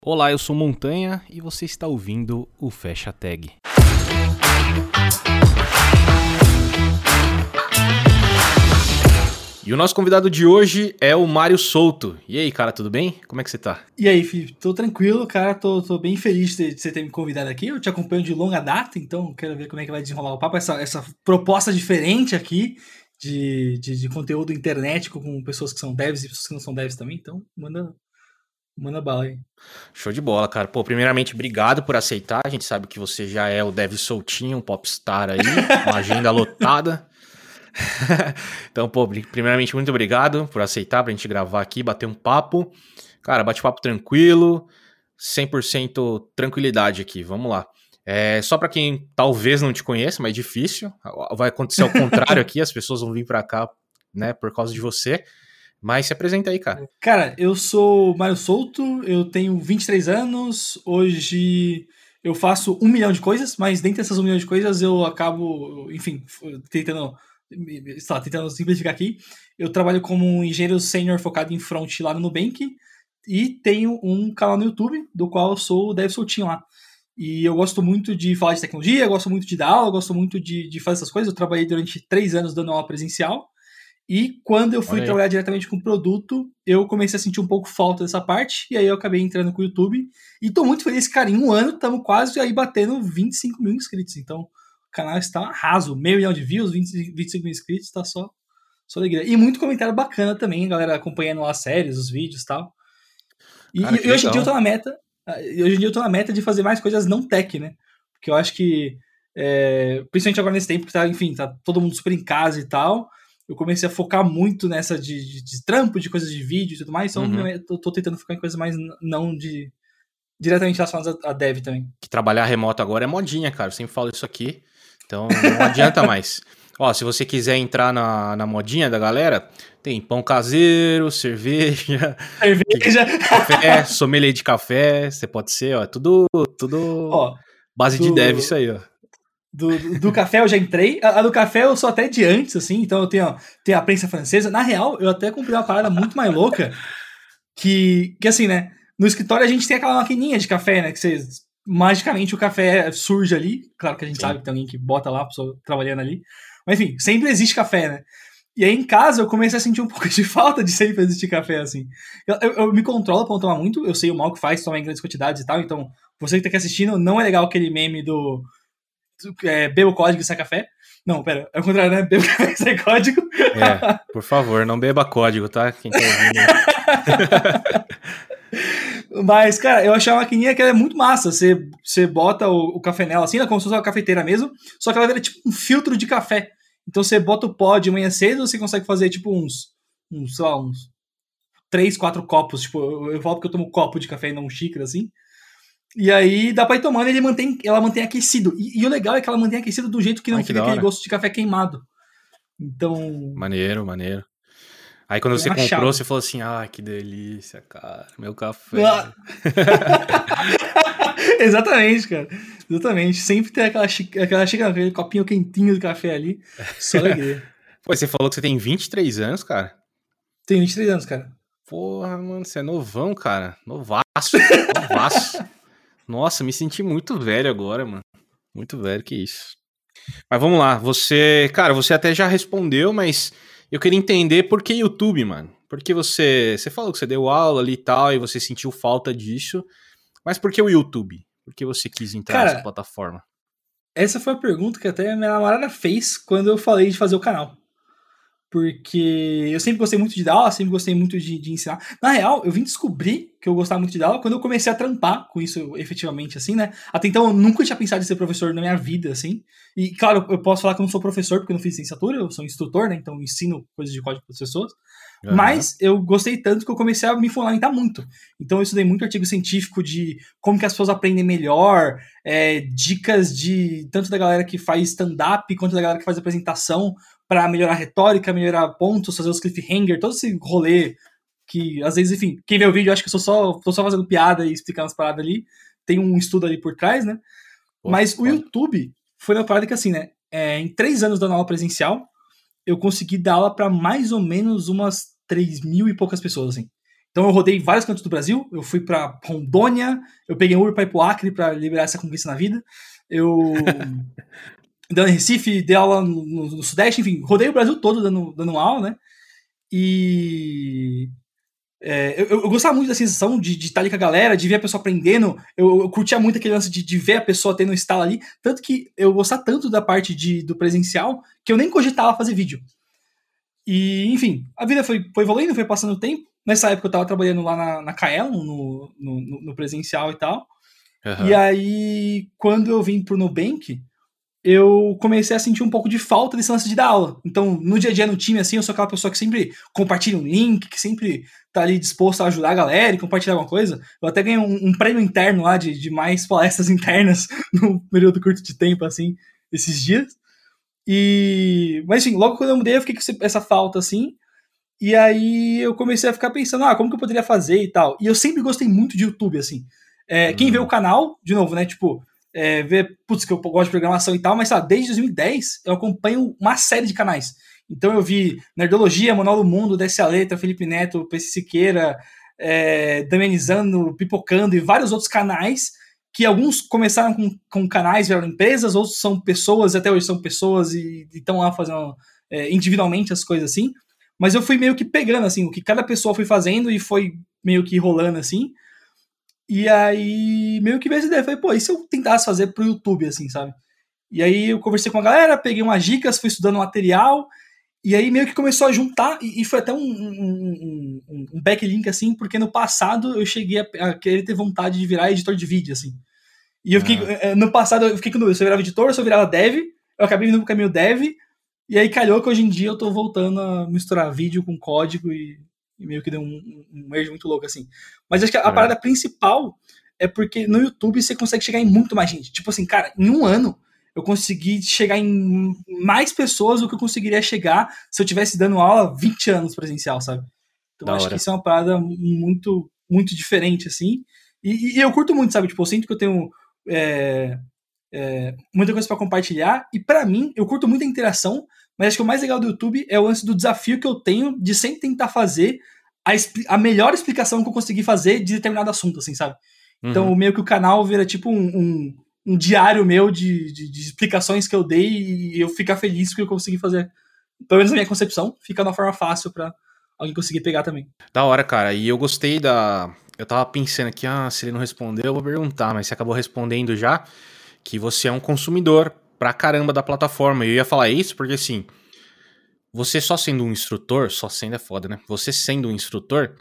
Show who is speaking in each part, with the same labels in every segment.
Speaker 1: Olá, eu sou Montanha e você está ouvindo o Fecha Tag. E o nosso convidado de hoje é o Mário Souto. E aí, cara, tudo bem? Como é que você tá?
Speaker 2: E aí, Felipe? Tô tranquilo, cara. Tô bem feliz de você ter me convidado aqui. Eu te acompanho de longa data, então quero ver como é que vai desenrolar o papo. Essa proposta diferente aqui de conteúdo internético com pessoas que são devs e pessoas que não são devs também. Então, manda bala aí.
Speaker 1: Show de bola, cara. Pô, primeiramente, obrigado por aceitar. A gente sabe que você já é o dev soltinho, um popstar aí, uma agenda lotada. Então, pô, primeiramente, muito obrigado por aceitar pra gente gravar aqui, bater um papo. Cara, bate-papo tranquilo, 100% tranquilidade aqui, vamos lá. Só pra quem talvez não te conheça, mas é difícil, vai acontecer ao contrário aqui, as pessoas vão vir pra cá, né, por causa de você. Mas se apresenta aí, cara.
Speaker 2: Cara, eu sou Mário Souto, eu tenho 23 anos, hoje eu faço 1 milhão de coisas, mas dentre essas 1 milhão de coisas eu acabo, enfim, tentando simplificar aqui. Eu trabalho como um engenheiro sênior focado em front lá no Nubank e tenho um canal no YouTube, do qual eu sou o Dev Soltinho lá. E eu gosto muito de falar de tecnologia, gosto muito de dar aula, gosto muito de fazer essas coisas. Eu trabalhei durante 3 anos dando aula presencial. E quando eu fui trabalhar diretamente com o produto, eu comecei a sentir um pouco falta dessa parte, e aí eu acabei entrando com o YouTube. E tô muito feliz, cara, em 1 ano estamos quase aí batendo 25 mil inscritos. Então, o canal está raso, 500 mil de views, 25 mil inscritos, tá só alegria. E muito comentário bacana também, a galera acompanhando as séries, os vídeos e tal.
Speaker 1: Cara,
Speaker 2: E hoje em dia eu tô na meta de fazer mais coisas não tech, né? Porque eu acho que, principalmente agora nesse tempo que tá, enfim, tá todo mundo super em casa e tal, eu comecei a focar muito nessa de trampo, de coisas de vídeo e tudo mais, então eu tô tentando focar em coisas mais não diretamente relacionadas a dev também.
Speaker 1: Que trabalhar remoto agora é modinha, cara, eu sempre falo isso aqui, então não adianta mais. Ó, se você quiser entrar na modinha da galera, tem pão caseiro, cerveja, café, sommelier de café, você pode ser, ó, tudo ó, base de dev isso aí, ó.
Speaker 2: Do café eu já entrei. A do café eu sou até de antes, assim, então eu tenho a prensa francesa. Na real, eu até comprei uma parada muito mais louca, que assim, né, no escritório a gente tem aquela maquininha de café, né, que você, magicamente o café surge ali. Claro que a gente sabe que tem alguém que bota lá, a pessoa trabalhando ali. Mas enfim, sempre existe café, né? E aí em casa eu comecei a sentir um pouco de falta de sempre existir café, assim. Eu me controlo pra não tomar muito, eu sei o mal que faz tomar em grandes quantidades e tal, então você que tá aqui assistindo, não é legal aquele meme do beba o código e sai café. Não, pera, é o contrário, né? Beba café e sai código.
Speaker 1: Por favor, não beba código, tá? Quem tá
Speaker 2: ouvindo. Mas, cara, eu achei a maquininha que ela é muito massa. Você bota o café nela assim, ela é como se fosse uma cafeteira mesmo, só que ela vira tipo um filtro de café. Então você bota o pó de manhã cedo, você consegue fazer tipo uns 3, 4 copos. Tipo, eu falo porque eu tomo um copo de café e não um xícara, assim. E aí dá pra ir tomando, ela mantém aquecido. E o legal é que ela mantém aquecido do jeito que não fica aquele gosto de café queimado. Então...
Speaker 1: Maneiro. Aí quando você comprou, você falou assim, que delícia, cara, meu café.
Speaker 2: Exatamente, cara. Exatamente. Sempre tem aquela xícara, aquele copinho quentinho de café ali. Só alegria.
Speaker 1: Pô, você falou que você tem 23 anos, cara?
Speaker 2: Tenho 23 anos, cara.
Speaker 1: Porra, mano, você é novão, cara. Novaço. Nossa, me senti muito velho agora, mano. Muito velho, que isso. Mas vamos lá, você até já respondeu, mas eu queria entender por que YouTube, mano. Porque você falou que você deu aula ali e tal, e você sentiu falta disso, mas por que o YouTube? Por que você quis entrar nessa plataforma?
Speaker 2: Essa foi a pergunta que até a minha namorada fez quando eu falei de fazer o canal. Porque eu sempre gostei muito de dar aula, sempre gostei muito de ensinar. Na real, eu vim descobrir que eu gostava muito de dar aula quando eu comecei a trampar com isso efetivamente, assim, né? Até então eu nunca tinha pensado em ser professor na minha vida, assim. E, claro, eu posso falar que eu não sou professor porque eu não fiz licenciatura, eu sou instrutor, né? Então eu ensino coisas de código para as pessoas. Uhum. Mas eu gostei tanto que eu comecei a me fundamentar muito. Então eu estudei muito artigo científico de como que as pessoas aprendem melhor, dicas de tanto da galera que faz stand-up quanto da galera que faz apresentação para melhorar a retórica, melhorar pontos, fazer os cliffhanger, todo esse rolê que, às vezes, enfim, quem vê o vídeo acha que eu tô só fazendo piada e explicando as paradas ali. Tem um estudo ali por trás, né? Mas o YouTube foi uma parada que, assim, né? Em 3 anos dando aula presencial, eu consegui dar aula para mais ou menos umas 3 mil e poucas pessoas, assim. Então eu rodei vários cantos do Brasil, eu fui pra Rondônia, eu peguei um Uber pra ir pro Acre pra liberar essa conquista na vida. Eu dei em Recife, dei aula no Sudeste, enfim, rodei o Brasil todo dando aula, né? E eu gostava muito da sensação de estar ali com a galera, de ver a pessoa aprendendo. Eu curtia muito aquele lance de ver a pessoa tendo um estalo ali. Tanto que eu gostava tanto da parte do presencial que eu nem cogitava fazer vídeo. E, enfim, a vida foi evoluindo, foi passando o tempo. Nessa época eu tava trabalhando lá na Kaelon, no presencial e tal.
Speaker 1: Uhum.
Speaker 2: E aí, quando eu vim pro Nubank, eu comecei a sentir um pouco de falta desse lance de dar aula. Então, no dia a dia no time, assim, eu sou aquela pessoa que sempre compartilha um link, que sempre tá ali disposto a ajudar a galera e compartilhar alguma coisa. Eu até ganhei um prêmio interno lá de mais palestras internas num período curto de tempo, assim, esses dias. Mas, enfim, logo quando eu mudei, eu fiquei com essa falta, assim. E aí eu comecei a ficar pensando, como que eu poderia fazer e tal. E eu sempre gostei muito de YouTube, assim. Quem vê o canal, de novo, né, tipo, ver, putz, que eu gosto de programação e tal, mas, sabe, desde 2010 eu acompanho uma série de canais. Então eu vi Nerdologia, Manual do Mundo, Desce a Letra, Felipe Neto, PC Siqueira, Damianizando, Pipocando e vários outros canais, que alguns começaram com canais, viraram empresas, outros são pessoas, até hoje são pessoas e estão lá fazendo individualmente as coisas assim. Mas eu fui meio que pegando, assim, o que cada pessoa foi fazendo e foi meio que rolando, assim. E aí, meio que veio essa ideia. Falei, pô, e se eu tentasse fazer pro YouTube, assim, sabe? E aí eu conversei com a galera, peguei umas dicas, fui estudando material, e aí meio que começou a juntar, e foi até um backlink, assim, porque no passado eu cheguei a querer ter vontade de virar editor de vídeo, assim. E eu fiquei, no passado eu fiquei com dúvida, se eu virava editor, se eu virava dev, eu acabei vindo pro caminho dev, e aí calhou que hoje em dia eu tô voltando a misturar vídeo com código e meio que deu um merge muito louco, assim. Mas acho que a parada principal é porque no YouTube você consegue chegar em muito mais gente. Tipo assim, cara, em um ano eu consegui chegar em mais pessoas do que eu conseguiria chegar se eu tivesse dando aula 20 anos presencial, sabe? Então acho que isso é uma parada muito, muito diferente, assim. E eu curto muito, sabe? Tipo, eu sinto que eu tenho muita coisa pra compartilhar. E pra mim, eu curto muito a interação, mas acho que o mais legal do YouTube é o lance do desafio que eu tenho de sempre tentar fazer a melhor explicação que eu consegui fazer de determinado assunto, assim, sabe? Então, meio que o canal vira tipo um diário meu de explicações que eu dei e eu ficar feliz que eu consegui fazer. Pelo menos na minha concepção, fica de uma forma fácil pra alguém conseguir pegar também.
Speaker 1: Da hora, cara. E eu gostei da... Eu tava pensando aqui, se ele não respondeu, eu vou perguntar, mas você acabou respondendo já que você é um consumidor pra caramba da plataforma. Eu ia falar isso porque, assim, você só sendo um instrutor, só sendo é foda, né? Você sendo um instrutor,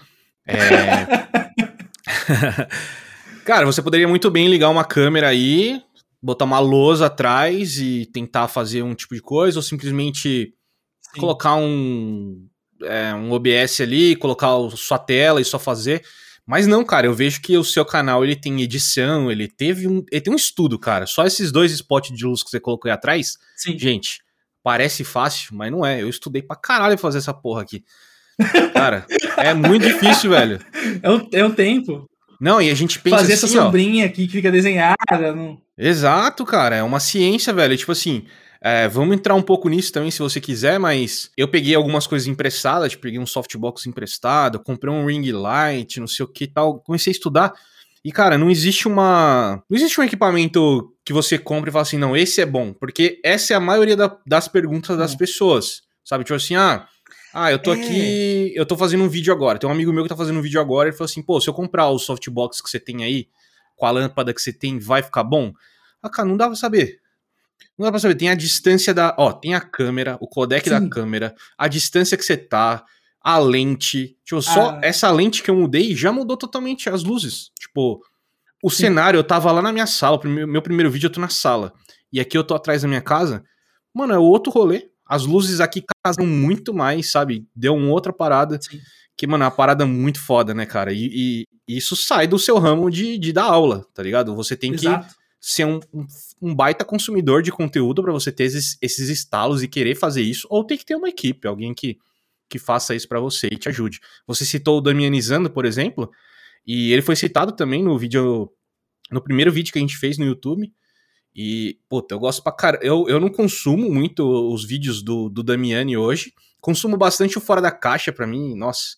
Speaker 1: cara, você poderia muito bem ligar uma câmera aí, botar uma lousa atrás e tentar fazer um tipo de coisa, ou simplesmente colocar um OBS ali, colocar sua tela e só fazer. Mas não, cara, eu vejo que o seu canal, ele tem edição, ele tem um estudo, cara. Só esses 2 spots de luz que você colocou aí atrás, gente, parece fácil, mas não é. Eu estudei pra caralho fazer essa porra aqui. Cara, é muito difícil, velho.
Speaker 2: É um tempo.
Speaker 1: Não, e a gente pensa
Speaker 2: fazer
Speaker 1: assim,
Speaker 2: essa sombrinha aqui que fica desenhada. Não...
Speaker 1: Exato, cara, é uma ciência, velho. Tipo assim, vamos entrar um pouco nisso também, se você quiser, mas eu peguei algumas coisas emprestadas, tipo, peguei um softbox emprestado, comprei um ring light, não sei o que e tal, comecei a estudar. E, cara, não existe um equipamento que você compra e fala assim, não, esse é bom, porque essa é a maioria das perguntas das pessoas, sabe? Tipo assim, eu tô aqui, eu tô fazendo um vídeo agora, tem um amigo meu que tá fazendo um vídeo agora, ele falou assim, pô, se eu comprar o softbox que você tem aí, com a lâmpada que você tem, vai ficar bom? Cara, não dá pra saber. Não dá pra saber, tem a distância tem a câmera, o codec da câmera, a distância que você tá, a lente, tipo, só essa lente que eu mudei já mudou totalmente as luzes, tipo, o cenário, eu tava lá na minha sala, meu primeiro vídeo eu tô na sala, e aqui eu tô atrás da minha casa, mano, é outro rolê, as luzes aqui casam muito mais, sabe, deu uma outra parada, que, mano, é uma parada muito foda, né, cara, e isso sai do seu ramo de dar aula, tá ligado? Você tem que ser um baita consumidor de conteúdo pra você ter esses estalos e querer fazer isso, ou tem que ter uma equipe, alguém que faça isso pra você e te ajude. Você citou o Damianizando, por exemplo, e ele foi citado também no primeiro vídeo que a gente fez no YouTube, e, puta, eu gosto pra caramba, eu não consumo muito os vídeos do Damiani hoje, consumo bastante o Fora da Caixa pra mim, nossa,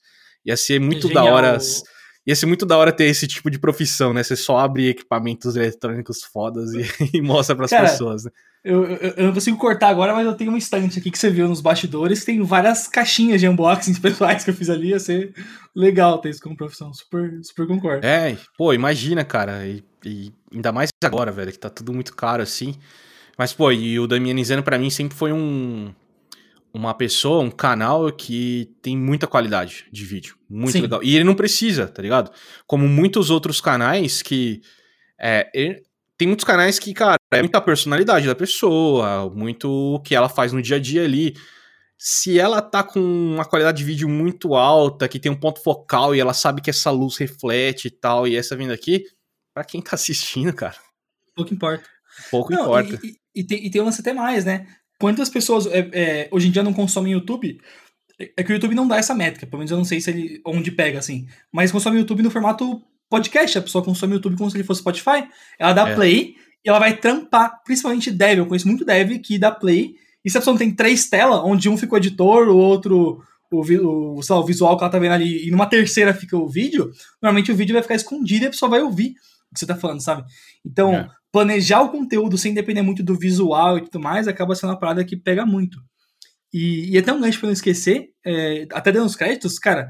Speaker 1: Ia ser muito da
Speaker 2: Genial.
Speaker 1: hora. Ia ser muito da hora ter esse tipo de profissão, né? Você só abre equipamentos eletrônicos fodas e mostra pras
Speaker 2: Cara,
Speaker 1: pessoas, né?
Speaker 2: eu não consigo cortar agora, mas eu tenho um estante aqui que você viu nos bastidores, que tem várias caixinhas de unboxings pessoais que eu fiz ali. Ia ser legal ter isso como profissão. Super, super concordo.
Speaker 1: É, pô, imagina, cara. E ainda mais agora, velho, que tá tudo muito caro assim. Mas, pô, e o Damianizando pra mim sempre foi uma pessoa, um canal que tem muita qualidade de vídeo. Muito
Speaker 2: Sim.
Speaker 1: legal. E ele não precisa, tá ligado? Como muitos outros canais que... tem muitos canais que, cara, é muita personalidade da pessoa, muito o que ela faz no dia a dia ali. Se ela tá com uma qualidade de vídeo muito alta, que tem um ponto focal e ela sabe que essa luz reflete e tal, e essa vindo aqui, pra quem tá assistindo, cara,
Speaker 2: Pouco importa.
Speaker 1: pouco
Speaker 2: Não,
Speaker 1: importa.
Speaker 2: tem um lance até mais, né? Quantas pessoas hoje em dia não consomem YouTube? É que o YouTube não dá essa métrica, pelo menos eu não sei se ele onde pega, assim. Mas consome o YouTube no formato podcast. A pessoa consome o YouTube como se ele fosse Spotify. Ela dá play e ela vai trampar, principalmente dev. Eu conheço muito dev que dá play. E se a pessoa não tem 3 telas, onde um ficou editor, o outro sei lá, o visual que ela tá vendo ali, e numa terceira fica o vídeo, normalmente o vídeo vai ficar escondido e a pessoa vai ouvir o que você tá falando, sabe? Então, planejar o conteúdo sem depender muito do visual e tudo mais, acaba sendo uma parada que pega muito. E até um gancho pra não esquecer, até dando os créditos, cara,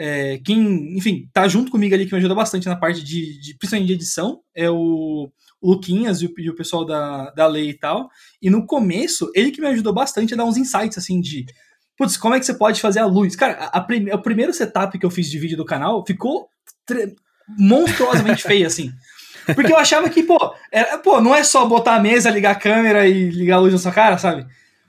Speaker 2: quem, enfim, tá junto comigo ali, que me ajuda bastante na parte principalmente de edição, é o Luquinhas e o pessoal da Lei e tal. E no começo, ele que me ajudou bastante a dar uns insights, assim, putz, como é que você pode fazer a luz? Cara, o primeiro setup que eu fiz de vídeo do canal ficou monstruosamente feio, assim. Porque eu achava que, pô, não é só botar a mesa, ligar a câmera e ligar a luz na sua cara, sabe?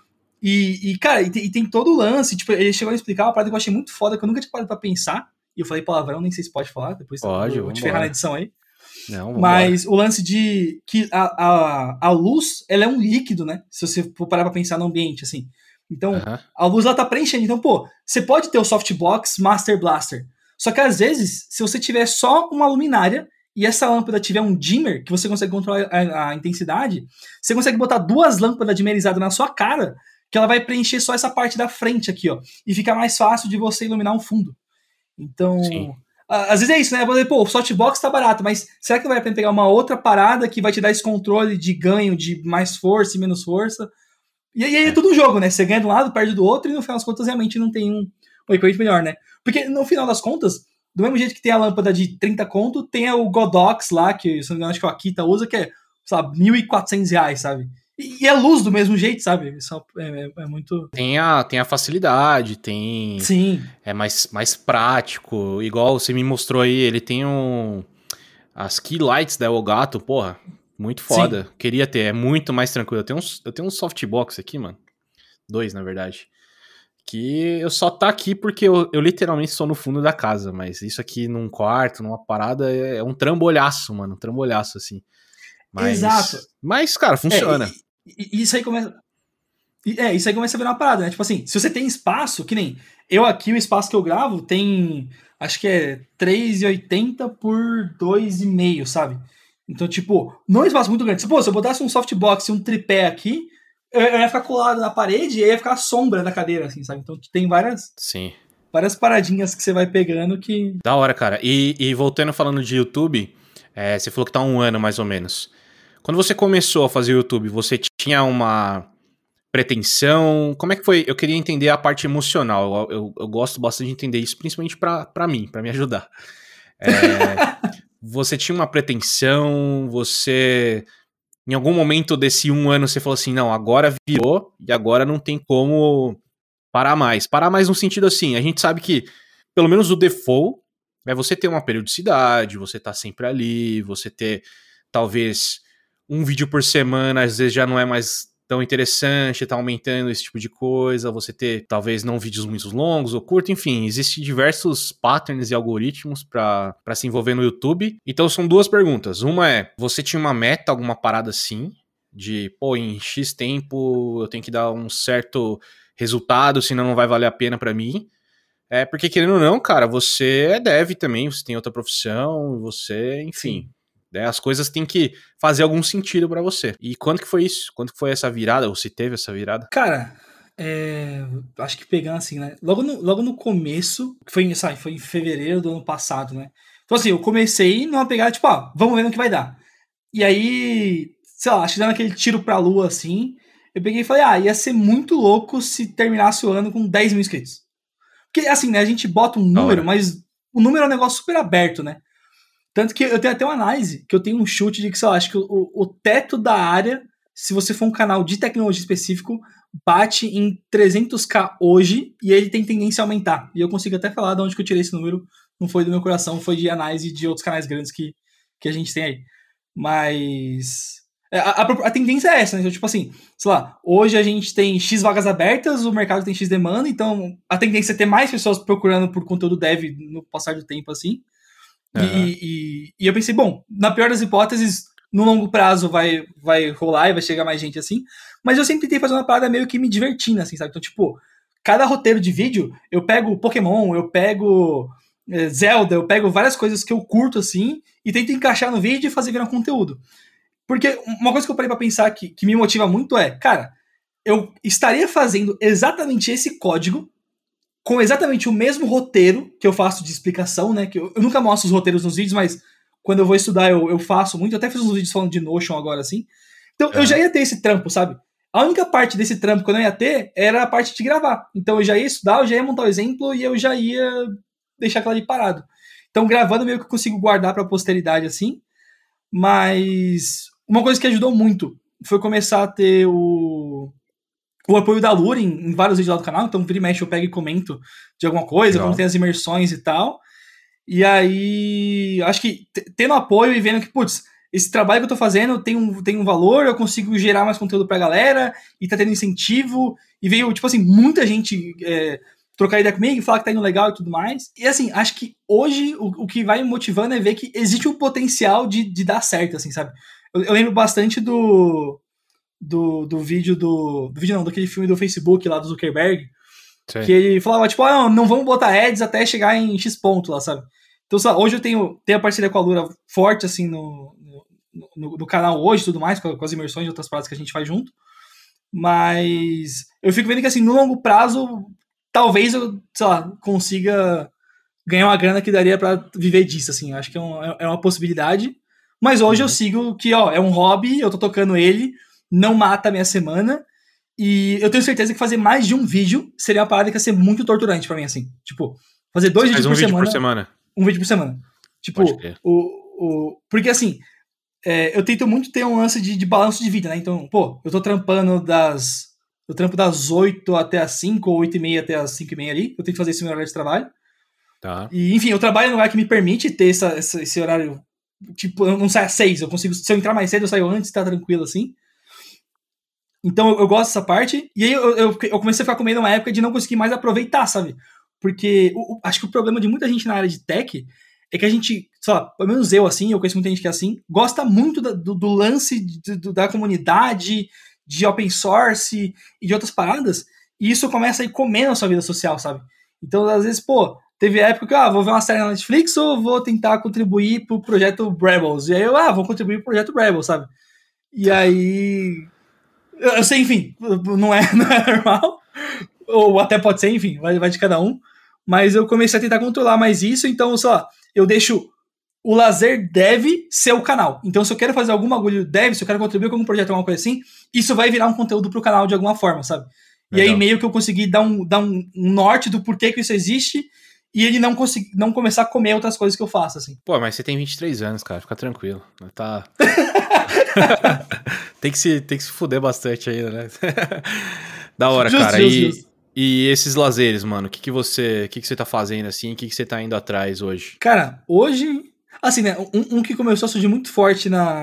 Speaker 2: Cara, tem todo o lance, tipo, ele chegou a explicar uma parada que eu achei muito foda, que eu nunca tinha parado pra pensar, e eu falei palavrão, nem sei se pode falar, depois
Speaker 1: Pode,
Speaker 2: eu vou te ferrar na edição aí.
Speaker 1: Não, vambora.
Speaker 2: Mas o lance de que a luz, ela é um líquido, né? Se você for parar pra pensar no ambiente, assim. Então, a luz, ela tá preenchendo. Então, pô, você pode ter o Softbox Master Blaster, só que às vezes, se você tiver só uma luminária, e essa lâmpada tiver um dimmer, que você consegue controlar a intensidade, você consegue botar 2 lâmpadas dimmerizadas na sua cara, que ela vai preencher só essa parte da frente aqui, ó. E fica mais fácil de você iluminar um fundo. Então,
Speaker 1: sim,
Speaker 2: às vezes é isso, né? Pô, o softbox tá barato, mas será que não vai pegar uma outra parada que vai te dar esse controle de ganho, de mais força e menos força? E aí é tudo um jogo, né? Você ganha de um lado, perde do outro, e no final das contas realmente não tem um equipamento melhor, né? Porque no final das contas, do mesmo jeito que tem a lâmpada de 30 conto, tem o Godox lá, que se não me engano, acho que o Akita usa, que é, sei lá, R$1.400, sabe? E é luz do mesmo jeito, sabe? Isso é muito...
Speaker 1: Tem a facilidade, tem...
Speaker 2: Sim.
Speaker 1: É mais prático. Igual você me mostrou aí, ele tem as key lights da Elgato, porra, muito foda. Sim. Queria ter, é muito mais tranquilo. Eu tenho um softbox aqui, mano. 2, na verdade. Que eu só tá aqui porque eu literalmente estou no fundo da casa, mas isso aqui num quarto, numa parada, é um trambolhaço, mano. Um trambolhaço, assim.
Speaker 2: Exato.
Speaker 1: Mas, cara, funciona.
Speaker 2: Isso aí começa... isso aí começa a virar uma parada, né? Tipo assim, se você tem espaço, que nem eu aqui, o espaço que eu gravo tem, acho que é 3,80 por 2,5, sabe? Então, tipo, não é um espaço muito grande. Se eu botasse um softbox e um tripé aqui, eu ia ficar colado na parede e aí ia ficar a sombra da cadeira, assim, sabe? Então tem várias paradinhas que você vai pegando que...
Speaker 1: Da hora, cara. E voltando falando de YouTube, você falou que tá 1 ano mais ou menos. Quando você começou a fazer YouTube, você tinha uma pretensão? Como é que foi? Eu queria entender a parte emocional. Eu gosto bastante de entender isso, principalmente pra mim, pra me ajudar. Você tinha uma pretensão? Você... Em algum momento desse 1 ano você falou assim, não, agora virou e agora não tem como parar mais. Parar mais no sentido assim, a gente sabe que, pelo menos o default, é você ter uma periodicidade, você tá sempre ali, você ter, talvez, um vídeo por semana, às vezes já não é mais tão interessante, tá aumentando esse tipo de coisa, você ter, talvez, não vídeos muito longos ou curtos, enfim, existem diversos patterns e algoritmos pra se envolver no YouTube. Então são 2 perguntas. Uma é, você tinha uma meta, alguma parada assim, de, pô, em X tempo eu tenho que dar um certo resultado, senão não vai valer a pena pra mim. Porque querendo ou não, cara, você é dev também, você tem outra profissão, você, enfim... As coisas têm que fazer algum sentido pra você. E quando que foi isso? Quando que foi essa virada? Ou se teve essa virada?
Speaker 2: Cara, Acho que pegando assim, né? Logo no começo, que foi em fevereiro do ano passado, né? Então assim, eu comecei numa pegada, tipo, vamos ver no que vai dar. E aí, sei lá, acho que dando aquele tiro pra lua, assim, eu peguei e falei, ia ser muito louco se terminasse o ano com 10 mil inscritos. Porque, assim, né, a gente bota um número, mas o número é um negócio super aberto, né? Tanto que eu tenho até uma análise, que eu tenho um chute de que, sei lá, acho que o teto da área, se você for um canal de tecnologia específico, bate em 300k hoje e ele tem tendência a aumentar. E eu consigo até falar de onde que eu tirei esse número, não foi do meu coração, foi de análise de outros canais grandes que a gente tem aí. Mas a tendência é essa, né? Então, tipo assim, sei lá, hoje a gente tem X vagas abertas, o mercado tem X demanda, então a tendência é ter mais pessoas procurando por conteúdo dev no passar do tempo, assim. Uhum. E eu pensei, bom, na pior das hipóteses, no longo prazo vai rolar e vai chegar mais gente assim. Mas eu sempre tentei fazer uma parada meio que me divertindo, assim, sabe? Então, tipo, cada roteiro de vídeo, eu pego Pokémon, eu pego Zelda, eu pego várias coisas que eu curto, assim, e tento encaixar no vídeo e fazer virar conteúdo. Porque uma coisa que eu parei pra pensar que me motiva muito é, cara, eu estaria fazendo exatamente esse código com exatamente o mesmo roteiro que eu faço de explicação, né? Que eu nunca mostro os roteiros nos vídeos, mas quando eu vou estudar eu faço muito. Eu até fiz uns vídeos falando de Notion agora, assim. Então eu já ia ter esse trampo, sabe? A única parte desse trampo que eu não ia ter era a parte de gravar. Então eu já ia estudar, eu já ia montar o exemplo e eu já ia deixar aquilo ali parado. Então gravando meio que eu consigo guardar pra posteridade, assim. Mas uma coisa que ajudou muito foi começar a ter o apoio da Lura em vários vídeos lá do canal, então vira e mexe eu pego e comento de alguma coisa, como tem as imersões e tal. E aí, acho que tendo apoio e vendo que, putz, esse trabalho que eu tô fazendo tem um valor, eu consigo gerar mais conteúdo pra galera, e tá tendo incentivo, e veio, tipo assim, muita gente trocar ideia comigo, falar que tá indo legal e tudo mais. E assim, acho que hoje o que vai me motivando é ver que existe um potencial de dar certo, assim, sabe? Eu lembro bastante do vídeo daquele filme do Facebook lá do Zuckerberg, sim, que ele falava, tipo, não vamos botar ads até chegar em X ponto lá, sabe? Então, sabe, hoje eu tenho a parceria com a Lura forte, assim, no canal hoje e tudo mais, com as imersões de outras paradas que a gente faz junto, mas eu fico vendo que, assim, no longo prazo, talvez eu, sei lá, consiga ganhar uma grana que daria pra viver disso, assim, eu acho que é uma possibilidade, mas hoje eu sigo que, é um hobby, eu tô tocando ele, não mata a minha semana, e eu tenho certeza que fazer mais de um vídeo seria uma parada que ia ser muito torturante pra mim, assim. Tipo, fazer 2 vídeos por semana. Um vídeo por semana. Tipo, porque assim, eu tento muito ter um lance de balanço de vida, né? Então, pô, eu tô trampando eu trampo das 8 até as 5, ou 8h30 até as 5h30 ali. Eu tenho que fazer esse meu horário de trabalho. Tá. E, enfim, eu trabalho num lugar que me permite ter esse horário. Tipo, eu não saio às 6, eu consigo. Se eu entrar mais cedo, eu saio antes, tá tranquilo assim. Então eu gosto dessa parte. E aí eu comecei a ficar com medo numa época de não conseguir mais aproveitar, sabe? Porque acho que o problema de muita gente na área de tech é que a gente, sei lá, pelo menos eu assim, eu conheço muita gente que é assim, gosta muito do lance da comunidade, de open source e de outras paradas, e isso começa a ir comendo a sua vida social, sabe? Então, às vezes, pô, teve época que, vou ver uma série na Netflix ou vou tentar contribuir pro projeto Rebels? E aí eu, vou contribuir pro projeto Rebels, sabe? E aí... Eu sei, enfim, não é normal, ou até pode ser, enfim, vai de cada um, mas eu comecei a tentar controlar mais isso, então, sei lá, eu deixo o lazer dev ser o canal. Então, se eu quero fazer algum bagulho dev, se eu quero contribuir com algum projeto, alguma coisa assim, isso vai virar um conteúdo pro canal de alguma forma, sabe? Legal. E aí, meio que eu consegui dar um norte do porquê que isso existe e ele não começar a comer outras coisas que eu faço, assim.
Speaker 1: Pô, mas você tem 23 anos, cara, fica tranquilo. Tá... tem que se fuder bastante ainda, né? Da hora, cara. E esses lazeres, mano, o que você tá fazendo assim? O que você tá indo atrás hoje?
Speaker 2: Cara, hoje, assim, né, um que começou a surgir muito forte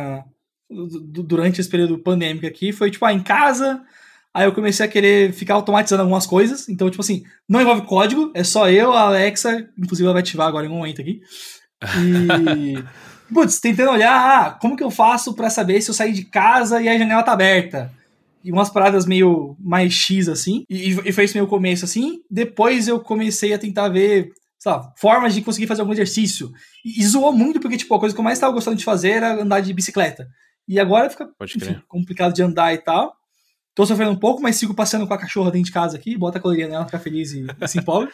Speaker 2: durante esse período pandêmico aqui foi, tipo, em casa, aí eu comecei a querer ficar automatizando algumas coisas, então, tipo assim, não envolve código, é só eu, a Alexa, inclusive ela vai ativar agora em um momento aqui, e... Putz, tentando olhar, como que eu faço pra saber se eu sair de casa e a janela tá aberta? E umas paradas meio mais X, assim. E foi esse meu começo, assim. Depois eu comecei a tentar ver, sei lá, formas de conseguir fazer algum exercício. E zoou muito, porque, tipo, a coisa que eu mais tava gostando de fazer era andar de bicicleta. E agora fica, enfim, complicado de andar e tal. Tô sofrendo um pouco, mas sigo passeando com a cachorra dentro de casa aqui, bota a caloria nela, fica feliz e se empolga.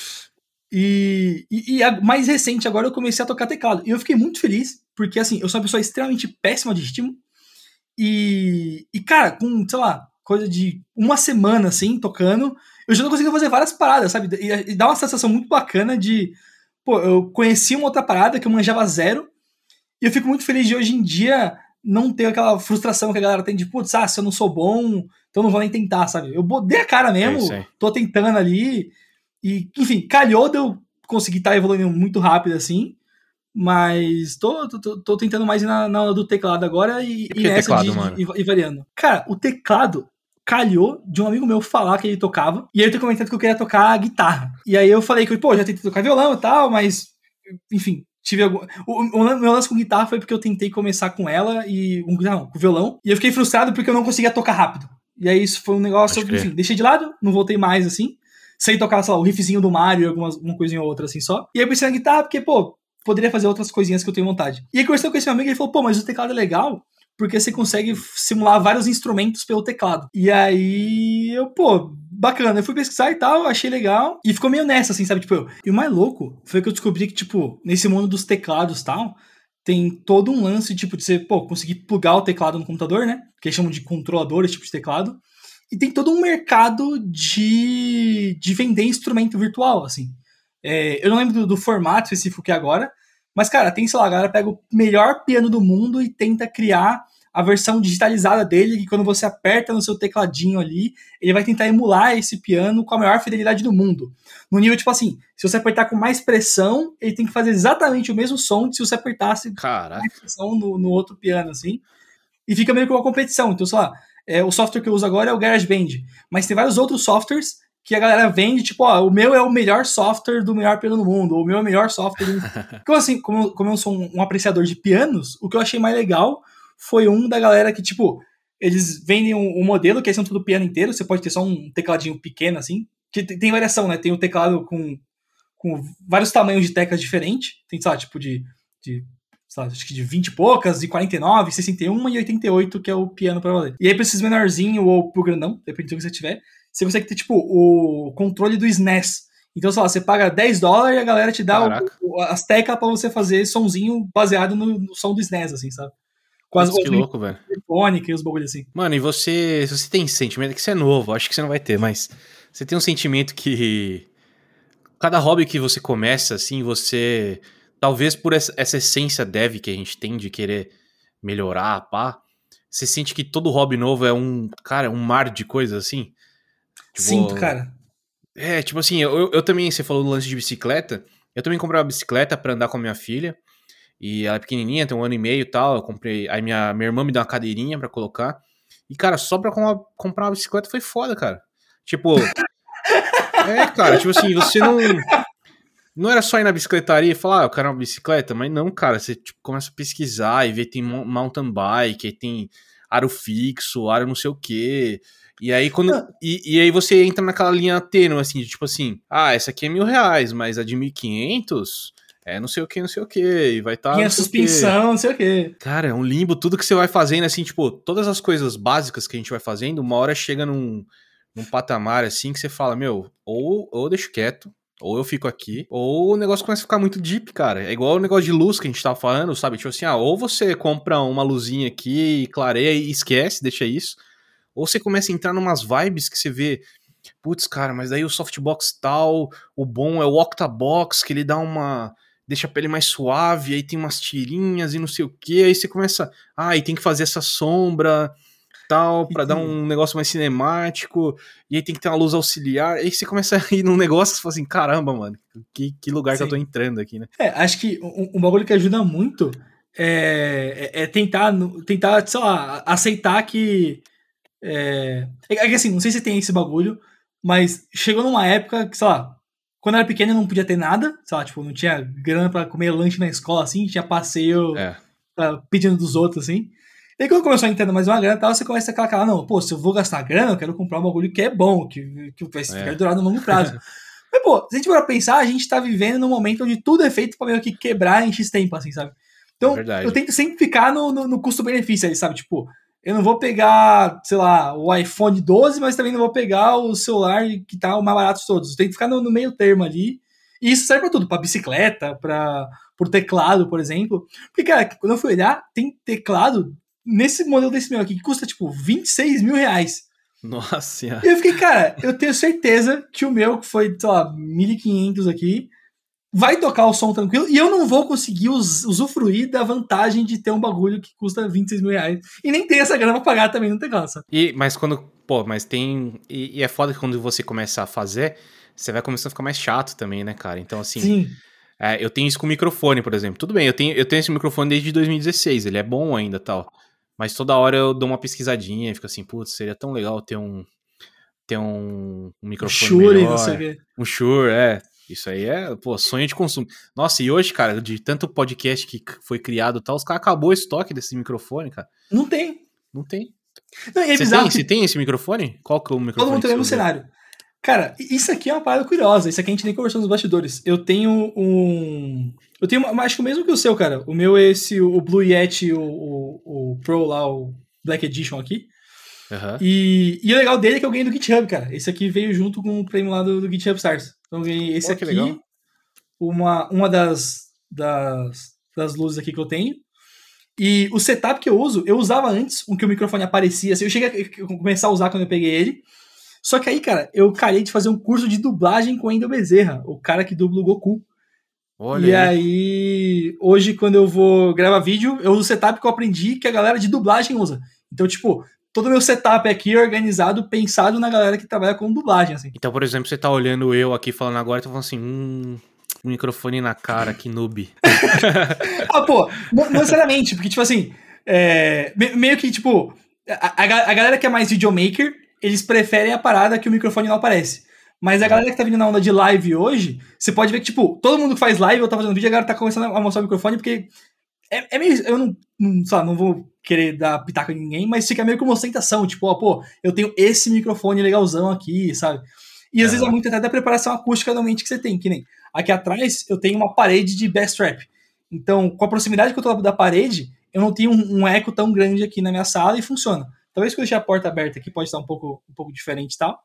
Speaker 2: E a mais recente agora eu comecei a tocar teclado. E eu fiquei muito feliz, porque assim, eu sou uma pessoa extremamente péssima de ritmo. E cara, com, sei lá, coisa de uma semana, assim, tocando, eu já tô conseguindo fazer várias paradas, sabe? E dá uma sensação muito bacana de, pô, eu conheci uma outra parada que eu manjava zero, e eu fico muito feliz de hoje em dia não ter aquela frustração que a galera tem de, putz, se eu não sou bom, então não vou nem tentar, sabe? Eu botei a cara mesmo, tô tentando ali, e, enfim, calhou de eu conseguir estar evoluindo muito rápido, assim, mas tô tentando mais ir na aula do teclado agora e nessa
Speaker 1: teclado,
Speaker 2: de variando. Cara, o teclado calhou de um amigo meu falar que ele tocava, e aí eu tô comentando que eu queria tocar guitarra. E aí eu falei que, pô, já tentei tocar violão e tal, mas, enfim, tive algum... O meu lance com guitarra foi porque eu tentei começar com ela e com violão, e eu fiquei frustrado porque eu não conseguia tocar rápido. E aí isso foi um negócio, enfim, deixei de lado, não voltei mais, assim. Sei tocar, sei lá, o riffzinho do Mario, alguma coisinha ou outra, assim, só. E aí eu pensei na guitarra porque, pô, poderia fazer outras coisinhas que eu tenho vontade. E aí conversando com esse meu amigo, ele falou, pô, mas o teclado é legal porque você consegue simular vários instrumentos pelo teclado. E aí eu, pô, bacana. Eu fui pesquisar e tal, achei legal. E ficou meio nessa, assim, sabe? Tipo, e o mais louco foi que eu descobri que, tipo, nesse mundo dos teclados e tal, tem todo um lance, tipo, de você, pô, conseguir plugar o teclado no computador, né? Que eles chamam de controlador, esse tipo de teclado. E tem todo um mercado de vender instrumento virtual, assim. Eu não lembro do formato específico que é agora, mas, cara, tem, sei lá, a galera pega o melhor piano do mundo e tenta criar a versão digitalizada dele, que quando você aperta no seu tecladinho ali, ele vai tentar emular esse piano com a maior fidelidade do mundo. No nível, tipo assim, se você apertar com mais pressão, ele tem que fazer exatamente o mesmo som de se você apertasse com mais pressão no outro piano, assim. E fica meio que uma competição. Então, sei lá, o software que eu uso agora é o GarageBand, mas tem vários outros softwares que a galera vende, tipo, ó, o meu é o melhor software do melhor piano do mundo, ou o meu é o melhor software do... Então, assim, como eu sou um apreciador de pianos, o que eu achei mais legal foi um da galera que, tipo, eles vendem um modelo que é tudo piano inteiro, você pode ter só um tecladinho pequeno, assim, que tem variação, né? Tem o teclado com vários tamanhos de teclas diferentes, tem, sei lá, tipo, sei lá, acho que de 20 e poucas, de 49, 61 e 88, que é o piano pra valer. E aí, pra esses menorzinho ou pro grandão, depende do que você tiver, você consegue ter, tipo, o controle do SNES. Então, sei lá, você paga $10 e a galera te dá as teclas pra você fazer sonzinho baseado no som do SNES, assim, sabe?
Speaker 1: Quase que louco, velho.
Speaker 2: Telefônica e os bagulhos assim.
Speaker 1: Mano, e você tem sentimento que você é novo, acho que você não vai ter, mas você tem um sentimento que cada hobby que você começa, assim, você... Talvez por essa essência dev que a gente tem de querer melhorar, pá, você sente que todo hobby novo é um mar de coisas, assim?
Speaker 2: Tipo, sinto, cara.
Speaker 1: Tipo assim, eu também, você falou do lance de bicicleta, eu também comprei uma bicicleta pra andar com a minha filha, e ela é pequenininha, tem 1 ano e meio e tal, eu comprei, aí minha irmã me deu uma cadeirinha pra colocar, e cara, só pra comprar uma bicicleta foi foda, cara. Tipo, cara, tipo assim, você não era só ir na bicicletaria e falar, eu quero uma bicicleta, mas não, cara, você tipo, começa a pesquisar e ver tem mountain bike, aí tem aro fixo, aro não sei o quê. E aí e aí você entra naquela linha tênue, assim, de tipo assim, essa aqui é R$1.000, mas a de 1.500 é não sei o que, e vai estar...
Speaker 2: Tem a suspensão, não sei o que.
Speaker 1: Cara, é um limbo, tudo que você vai fazendo, assim, tipo, todas as coisas básicas que a gente vai fazendo, uma hora chega num patamar, assim, que você fala, meu, ou eu deixo quieto, ou eu fico aqui, ou o negócio começa a ficar muito deep, cara. É igual o negócio de luz que a gente tava falando, sabe? Tipo assim, ou você compra uma luzinha aqui, clareia e esquece, deixa isso. Ou você começa a entrar numas vibes que você vê, putz, cara, mas daí o softbox tal, o bom é o octabox, que ele dá deixa a pele mais suave, aí tem umas tirinhas e não sei o que, aí você começa, e tem que fazer essa sombra... tal, pra dar um negócio mais cinemático, e aí tem que ter uma luz auxiliar, aí você começa a ir num negócio e você fala assim, caramba, mano, que lugar que eu tô entrando aqui, né?
Speaker 2: Acho que um bagulho que ajuda muito é tentar, sei lá, aceitar que... que assim, não sei se tem esse bagulho, mas chegou numa época que, sei lá, quando eu era pequeno eu não podia ter nada, sei lá, tipo, não tinha grana pra comer lanche na escola, assim, tinha passeio pedindo dos outros, assim. E aí quando começou a entender mais uma grana e tal, você começa a colocar, não, pô, se eu vou gastar grana, eu quero comprar um bagulho que é bom, que vai durar no longo prazo. Mas, pô, se a gente for pensar, a gente tá vivendo num momento onde tudo é feito pra meio que quebrar em X tempo, assim, sabe? Então, eu tento sempre ficar no custo-benefício aí, sabe? Tipo, eu não vou pegar, sei lá, o iPhone 12, mas também não vou pegar o celular que tá o mais barato de todos. Tem que ficar no meio termo ali. E isso serve pra tudo, pra bicicleta, pro teclado, por exemplo. Porque, cara, quando eu fui olhar, tem teclado nesse modelo desse meu aqui que custa, tipo, 26 mil reais.
Speaker 1: Nossa senhora.
Speaker 2: E eu fiquei, cara, eu tenho certeza que o meu, que foi, sei lá, 1.500 aqui, vai tocar o som tranquilo e eu não vou conseguir usufruir da vantagem de ter um bagulho que custa 26 mil reais. E nem tem essa grana pra pagar também no teclado, sabe?
Speaker 1: Mas quando. Pô, mas tem. E é foda que quando você começa a fazer, você vai começando a ficar mais chato também, né, cara? Então, assim.
Speaker 2: Sim.
Speaker 1: Eu tenho isso com o microfone, por exemplo. Tudo bem, eu tenho esse microfone desde 2016, ele é bom ainda tal. Mas toda hora eu dou uma pesquisadinha e fico assim, putz, seria tão legal ter um microfone
Speaker 2: Shure,
Speaker 1: melhor.
Speaker 2: não sei o quê.
Speaker 1: Um Shure, Isso aí é, pô, sonho de consumo. Nossa, e hoje, cara, de tanto podcast que foi criado e tal, os caras acabou o estoque desse microfone, cara.
Speaker 2: Não tem.
Speaker 1: Não tem.
Speaker 2: Não, e é bizarro
Speaker 1: Você tem esse microfone? Qual que é o microfone?
Speaker 2: Todo mundo tem o mesmo cenário. Cara, isso aqui é uma parada curiosa. Isso aqui a gente nem conversou nos bastidores. Eu tenho acho que o mesmo que o seu, cara. O meu é o Blue Yeti, o Pro lá, o Black Edition aqui.
Speaker 1: Uhum.
Speaker 2: E o legal dele é que eu ganhei do GitHub, cara. Esse aqui veio junto com o prêmio lá do GitHub Stars. Então eu ganhei esse aqui,
Speaker 1: legal.
Speaker 2: uma das luzes aqui que eu tenho. E o setup que eu uso, eu usava antes, que o microfone aparecia. Assim, eu cheguei a começar a usar quando eu peguei ele. Só que aí, cara, eu calhei de fazer um curso de dublagem com o Wendel Bezerra, o cara que dubla o Goku.
Speaker 1: Olha
Speaker 2: e aí, hoje, quando eu vou gravar vídeo, eu uso o setup que eu aprendi que a galera de dublagem usa. Então, tipo, todo o meu setup aqui é organizado, pensado na galera que trabalha com dublagem, assim.
Speaker 1: Então, por exemplo, você tá olhando eu aqui falando agora e tá falando assim, um microfone na cara, que noob.
Speaker 2: Pô, não necessariamente, porque, tipo assim, meio que, tipo, a galera que é mais videomaker, eles preferem a parada que o microfone não aparece. Mas a galera que tá vindo na onda de live hoje, você pode ver que, tipo, todo mundo que faz live ou tá fazendo vídeo, a galera tá começando a mostrar o microfone, porque é meio... Eu não vou querer dar pitaco em ninguém, mas fica meio que uma ostentação, tipo, pô, eu tenho esse microfone legalzão aqui, sabe? E às vezes é muito até da preparação acústica do ambiente que você tem, que nem... Aqui atrás eu tenho uma parede de bass trap. Então, com a proximidade que eu tô da parede, eu não tenho um eco tão grande aqui na minha sala e funciona. Talvez que eu deixar a porta aberta aqui pode estar um pouco diferente e tal.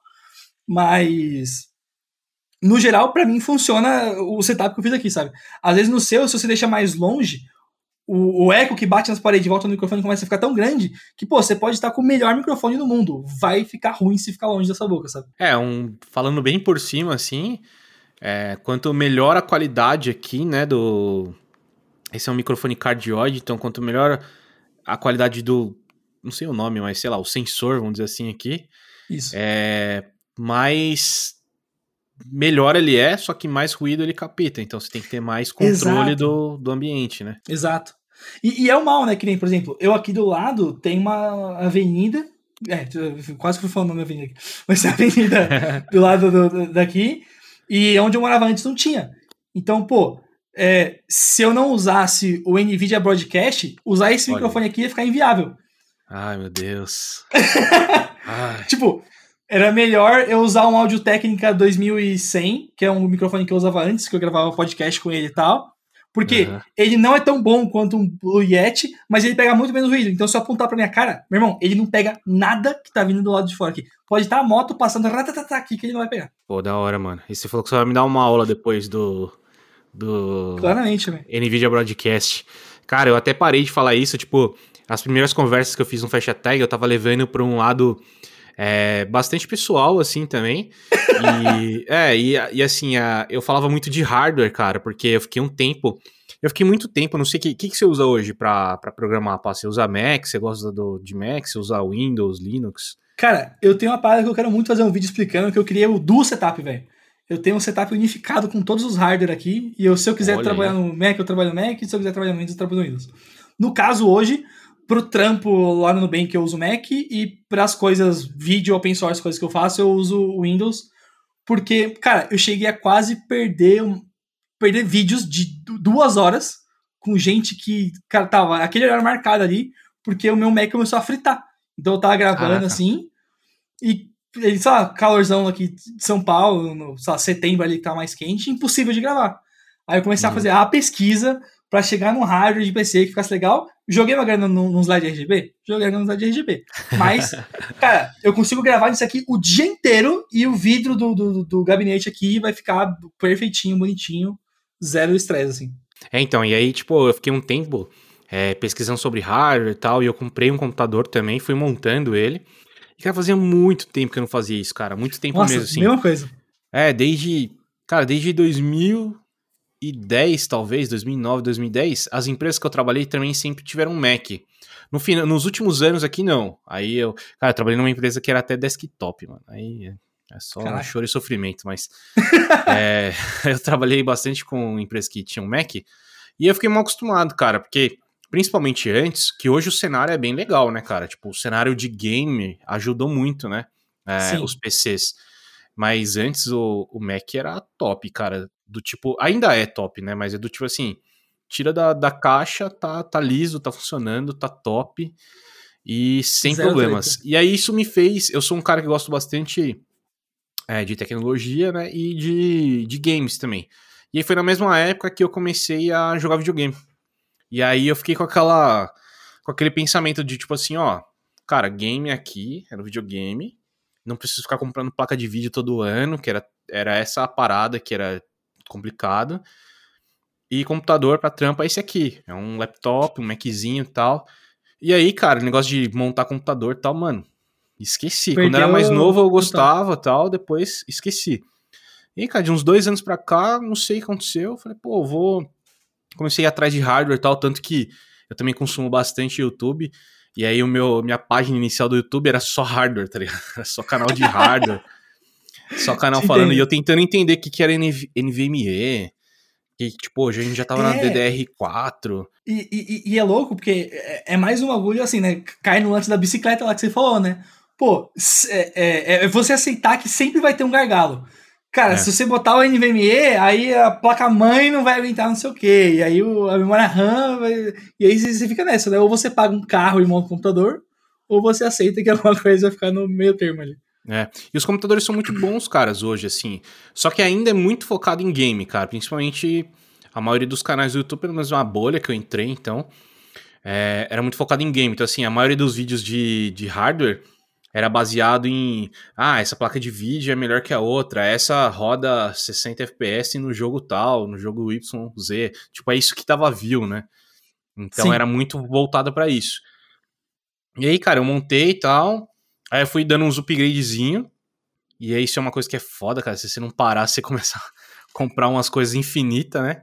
Speaker 2: Mas, no geral, pra mim funciona o setup que eu fiz aqui, sabe? Às vezes no seu, se você deixa mais longe, o eco que bate nas paredes e volta no microfone começa a ficar tão grande que, pô, você pode estar com o melhor microfone do mundo. Vai ficar ruim se ficar longe dessa boca, sabe?
Speaker 1: Falando bem por cima, assim, quanto melhor a qualidade aqui, né, esse é um microfone cardioide, então quanto melhor a qualidade não sei o nome, mas sei lá, o sensor, vamos dizer assim aqui.
Speaker 2: Isso.
Speaker 1: Mais melhor ele só que mais ruído ele capta. Então você tem que ter mais controle do ambiente, né?
Speaker 2: Exato. E é o mal, né? Que nem, por exemplo, eu aqui do lado tem uma avenida. Quase que fui falando na avenida aqui. Mas tem a avenida do lado daqui. E onde eu morava antes não tinha. Então, pô, se eu não usasse o NVIDIA Broadcast, usar esse microfone aqui ia ficar inviável.
Speaker 1: Ai, meu Deus.
Speaker 2: Tipo, era melhor eu usar um Audio Técnica 2100, que é um microfone que eu usava antes, que eu gravava podcast com ele e tal. Porque ele não é tão bom quanto um Blue Yeti, mas ele pega muito menos ruído. Então, se eu apontar pra minha cara, meu irmão, ele não pega nada que tá vindo do lado de fora aqui. Pode estar a moto passando aqui que ele não vai pegar.
Speaker 1: Pô, da hora, mano. E você falou que você vai me dar uma aula depois do
Speaker 2: Claramente, velho.
Speaker 1: NVIDIA Broadcast. Cara, eu até parei de falar isso, tipo, as primeiras conversas que eu fiz no Fecha Tag, eu tava levando pra um lado bastante pessoal, assim, também. E assim, eu falava muito de hardware, cara, porque eu fiquei muito tempo, não sei o que você usa hoje pra programar, Você usa Mac, você gosta de Mac, você usa Windows, Linux?
Speaker 2: Cara, eu tenho uma parada que eu quero muito fazer um vídeo explicando, que eu criei o dual setup, velho. Eu tenho um setup unificado com todos os hardware aqui, e se eu quiser trabalhar no Mac, eu trabalho no Mac, e se eu quiser trabalhar no Windows, eu trabalho no Windows. No caso, hoje, pro trampo lá no Nubank eu uso o Mac, e pras coisas, vídeo, open source, coisas que eu faço, eu uso o Windows, porque, cara, eu cheguei a quase perder vídeos de 2 horas com gente que, cara, tava aquele horário marcado ali, porque o meu Mac começou a fritar. Então eu tava gravando assim, e ele, sei lá, calorzão aqui de São Paulo, sei lá, setembro ali que tá mais quente, impossível de gravar. Aí eu comecei a fazer a pesquisa, pra chegar num hardware de PC que ficasse legal. Joguei uma grana num slide RGB? Joguei uma grana num slide RGB. Mas, cara, eu consigo gravar isso aqui o dia inteiro e o vidro do gabinete aqui vai ficar perfeitinho, bonitinho, zero estresse, assim.
Speaker 1: Então, e aí, tipo, eu fiquei um tempo pesquisando sobre hardware e tal, e eu comprei um computador também, fui montando ele. E, cara, fazia muito tempo que eu não fazia isso, cara, muito tempo mesmo, assim.
Speaker 2: Mesma coisa.
Speaker 1: Desde 2010, talvez, 2009, 2010, as empresas que eu trabalhei também sempre tiveram um Mac. Nos últimos anos aqui, não. Aí eu trabalhei numa empresa que era até desktop, mano. Aí é só choro e sofrimento, mas eu trabalhei bastante com empresas que tinham Mac e eu fiquei mal acostumado, cara, porque principalmente antes, que hoje o cenário é bem legal, né, cara? Tipo, o cenário de game ajudou muito, né? Os PCs. Mas antes o Mac era top, cara. Do tipo, ainda é top, né? Mas é do tipo assim, tira da caixa, tá liso, tá funcionando, tá top. E sem
Speaker 2: Zero
Speaker 1: problemas.
Speaker 2: treta.
Speaker 1: E aí isso me fez... Eu sou um cara que gosto bastante de tecnologia, né? E de games também. E aí foi na mesma época que eu comecei a jogar videogame. E aí eu fiquei com aquele pensamento de tipo assim, ó... Cara, game aqui, era um videogame... Não preciso ficar comprando placa de vídeo todo ano, que era essa a parada que era complicado. E computador pra trampa é esse aqui. É um laptop, um Maczinho e tal. E aí, cara, o negócio de montar computador e tal, mano, esqueci. Quando era mais novo eu gostava e tal, depois esqueci. E aí, cara, de uns 2 anos pra cá, não sei o que aconteceu. Eu falei, pô, comecei a ir atrás de hardware e tal, tanto que eu também consumo bastante YouTube. E aí minha página inicial do YouTube era só hardware, tá ligado? Era só canal de hardware. Só canal falando. E eu tentando entender o que era NVMe. Que, tipo, hoje a gente já tava na DDR4.
Speaker 2: E é louco, porque é mais um bagulho assim, né? Cai no lance da bicicleta lá que você falou, né? Pô, você aceitar que sempre vai ter um gargalo. Cara, se você botar o NVMe, aí a placa-mãe não vai aguentar não sei o quê. E aí a memória RAM vai... E aí você fica nessa, né? Ou você paga um carro e monta um computador, ou você aceita que alguma coisa vai ficar no meio termo ali.
Speaker 1: E os computadores são muito bons, caras, hoje, assim. Só que ainda é muito focado em game, cara. Principalmente a maioria dos canais do YouTube, pelo menos uma bolha que eu entrei, então... era muito focado em game. Então, assim, a maioria dos vídeos de hardware... era baseado em... essa placa de vídeo é melhor que a outra. Essa roda 60 FPS no jogo tal, no jogo YZ. Tipo, é isso que dava view, né? Então
Speaker 2: Sim.
Speaker 1: era muito voltado pra isso. E aí, cara, eu montei e tal. Aí eu fui dando uns upgradezinho. E aí isso é uma coisa que é foda, cara. Se você não parar, você começa a comprar umas coisas infinitas, né?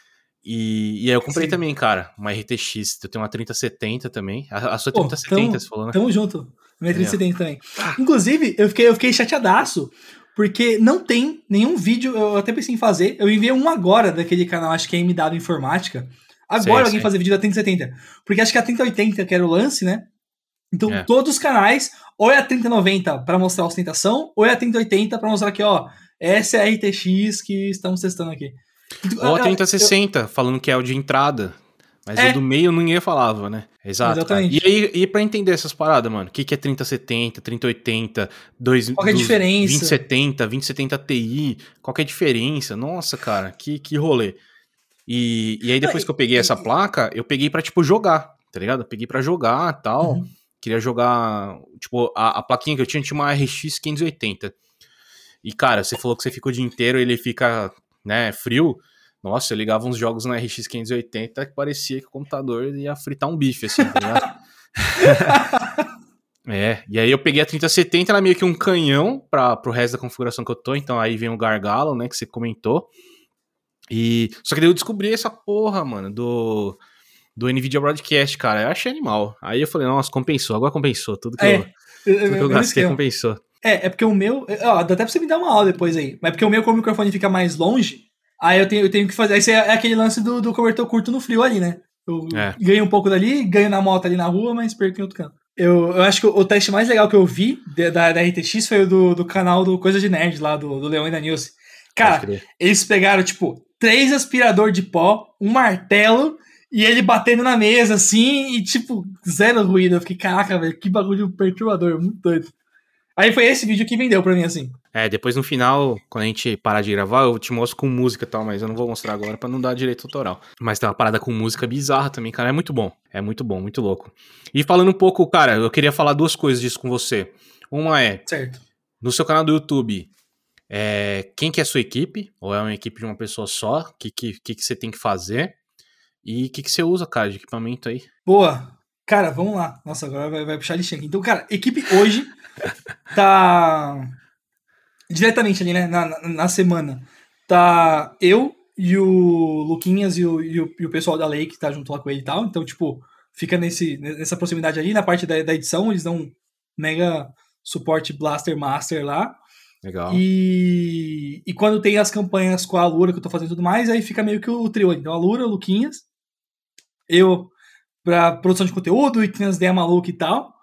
Speaker 1: E aí eu comprei também, cara, uma RTX. Eu tenho uma 3070 também. A sua 3070, você falou, né?
Speaker 2: Tamo junto. Minha 3070 também. Inclusive, eu fiquei chateadaço, porque não tem nenhum vídeo, eu até pensei em fazer. Eu enviei um agora daquele canal, acho que é MW Informática. Agora alguém fazer vídeo da 3070. Porque acho que a 3080, que era o lance, né? Então, todos os canais, ou é a 3090 pra mostrar a ostentação, ou é a 3080 pra mostrar aqui, ó, essa é a RTX que estamos testando aqui.
Speaker 1: Ou a 3060, falando que é o de entrada. Mas o do meio ninguém falava, né? Exato.
Speaker 2: Exatamente.
Speaker 1: Cara. E aí, pra entender essas paradas, mano, o que é 3070, 3080,
Speaker 2: qual é a diferença?
Speaker 1: 2070, 2070 Ti, qual que é a diferença? Nossa, cara, que rolê. E aí, depois que eu peguei essa placa, eu peguei pra, tipo, jogar, tá ligado? Eu peguei pra jogar e tal. Uhum. Queria jogar, tipo, a plaquinha que eu tinha uma RX 580. E, cara, você falou que você fica o dia inteiro e ele fica, né, frio. Nossa, eu ligava uns jogos na RX 580 que parecia que o computador ia fritar um bife, assim, tá ligado? E aí eu peguei a 3070, ela é meio que um canhão pro resto da configuração que eu tô, então aí vem o gargalo, né, que você comentou. Só que daí eu descobri essa porra, mano, do NVIDIA Broadcast, cara, eu achei animal. Aí eu falei, nossa, compensou, agora compensou, tudo que eu gastei compensou.
Speaker 2: É porque o meu, dá até pra você me dar uma aula depois aí, mas porque o meu, como o microfone fica mais longe, aí eu tenho que fazer, aí é aquele lance do convertor curto no frio ali, né? Eu ganho um pouco dali, ganho na moto ali na rua, mas perco em outro canto. Eu acho que o teste mais legal que eu vi da RTX foi o do canal do Coisa de Nerd lá, do Leão e da Nilce. Cara, eles pegaram, tipo, 3 aspirador de pó, um martelo, e ele batendo na mesa, assim, e, tipo, zero ruído. Eu fiquei, caraca, velho, que bagulho perturbador, muito doido. Aí foi esse vídeo que vendeu pra mim, assim.
Speaker 1: Depois no final, quando a gente parar de gravar, eu te mostro com música e tal, mas eu não vou mostrar agora pra não dar direito autoral. Mas tem uma parada com música bizarra também, cara. É muito bom. É muito bom, muito louco. E falando um pouco, cara, eu queria falar duas coisas disso com você. Uma é,
Speaker 2: Certo.
Speaker 1: no seu canal do YouTube, quem que é a sua equipe? Ou é uma equipe de uma pessoa só? O que você tem que fazer? E o que você usa, cara, de equipamento aí?
Speaker 2: Boa. Cara, vamos lá. Nossa, agora vai puxar a lixinha aqui. Então, cara, equipe hoje tá diretamente ali, né, na semana. Tá eu e o Luquinhas e o pessoal da Lei que tá junto lá com ele e tal. Então, tipo, fica nessa proximidade ali. Na parte da edição, eles dão um mega suporte Blaster Master lá.
Speaker 1: Legal.
Speaker 2: E quando tem as campanhas com a Alura que eu tô fazendo e tudo mais, aí fica meio que o trio ali. Então, a Alura, o Luquinhas, eu pra produção de conteúdo e tem as ideias malucas e tal.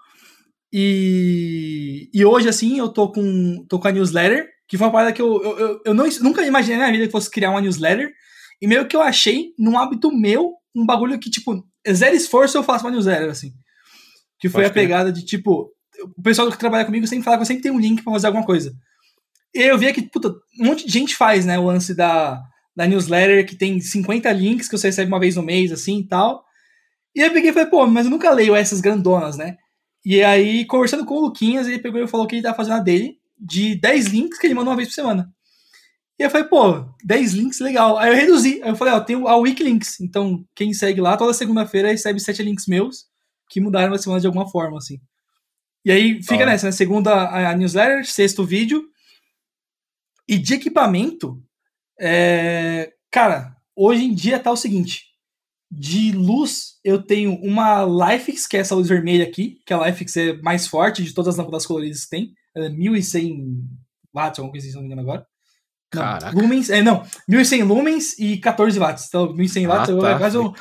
Speaker 2: E hoje, assim, eu tô com a newsletter, que foi uma parada que eu nunca imaginei na minha vida que fosse criar uma newsletter. E meio que eu achei, num hábito meu, um bagulho que, tipo, zero esforço eu faço uma newsletter, assim. Que foi a pegada de, tipo, o pessoal que trabalha comigo sempre fala que eu sempre tenho um link pra fazer alguma coisa. E aí eu via que, puta, um monte de gente faz, né, o lance da newsletter, que tem 50 links que você recebe uma vez no mês, assim, e tal. E aí eu peguei e falei, pô, mas eu nunca leio essas grandonas, né? E aí, conversando com o Luquinhas, ele pegou e falou que ele tá fazendo a dele de 10 links que ele manda uma vez por semana. E eu falei, pô, 10 links, legal. Aí eu reduzi. Aí eu falei, ó, tem a Week Links. Então, quem segue lá, toda segunda-feira recebe 7 links meus que mudaram a semana de alguma forma, assim. E aí fica nessa, né? Segunda a newsletter, sexto vídeo. E de equipamento, cara, hoje em dia tá o seguinte. De luz, eu tenho uma Lifix, que é essa luz vermelha aqui, que a Lifix é mais forte de todas as lâmpadas coloridas que tem. Ela é 1100 watts, alguma coisa assim, se não me engano agora. Não,
Speaker 1: Caraca.
Speaker 2: lumens, não, 1100 lumens e 14 watts. Então, 1100 watts é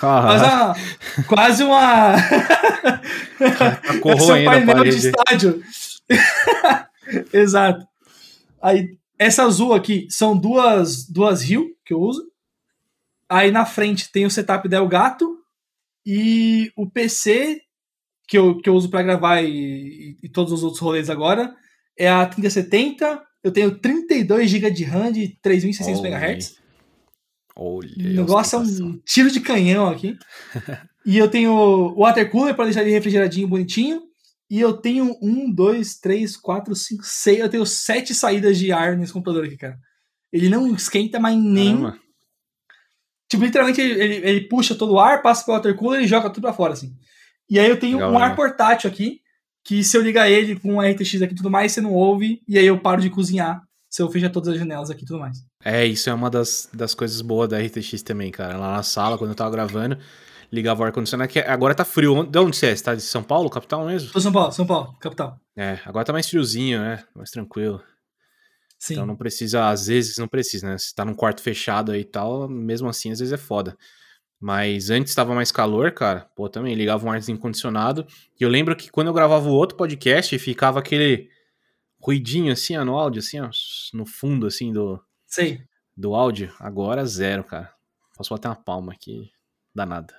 Speaker 2: quase uma
Speaker 1: tá corroendo
Speaker 2: painel
Speaker 1: a parede
Speaker 2: de estádio. Exato. Aí, essa azul aqui são duas Rio que eu uso. Aí na frente tem o setup da Elgato e o PC que eu uso para gravar e todos os outros rolês agora é a 3070. Eu tenho 32 GB de RAM de 3600 MHz. O negócio é um tiro de canhão aqui. E eu tenho o water cooler para deixar ele refrigeradinho, bonitinho. E eu tenho 1, 2, 3, 4, 5, 6. Eu tenho 7 saídas de ar nesse computador aqui, cara. Ele não esquenta, mas nem. Caramba. Tipo, literalmente ele puxa todo o ar, passa pelo water cooler e joga tudo pra fora, assim. E aí eu tenho um ar portátil aqui, que se eu ligar ele com um RTX aqui e tudo mais, você não ouve, e aí eu paro de cozinhar se eu fechar todas as janelas aqui e tudo mais.
Speaker 1: Isso é uma das coisas boas da RTX também, cara. Lá na sala, quando eu tava gravando, ligava o ar-condicionado, que agora tá frio. De onde você é? Você tá de São Paulo, capital mesmo?
Speaker 2: Tô São Paulo, capital.
Speaker 1: Agora tá mais friozinho, né? Mais tranquilo. Sim. Então não precisa, às vezes não precisa, né? Se tá num quarto fechado aí e tal, mesmo assim, às vezes é foda. Mas antes tava mais calor, cara, pô, também ligava um arzinho condicionado. E eu lembro que quando eu gravava o outro podcast, ficava aquele ruidinho assim, ó, no áudio, assim, ó, no fundo, assim, do áudio. Agora zero, cara. Posso bater uma palma aqui, dá nada.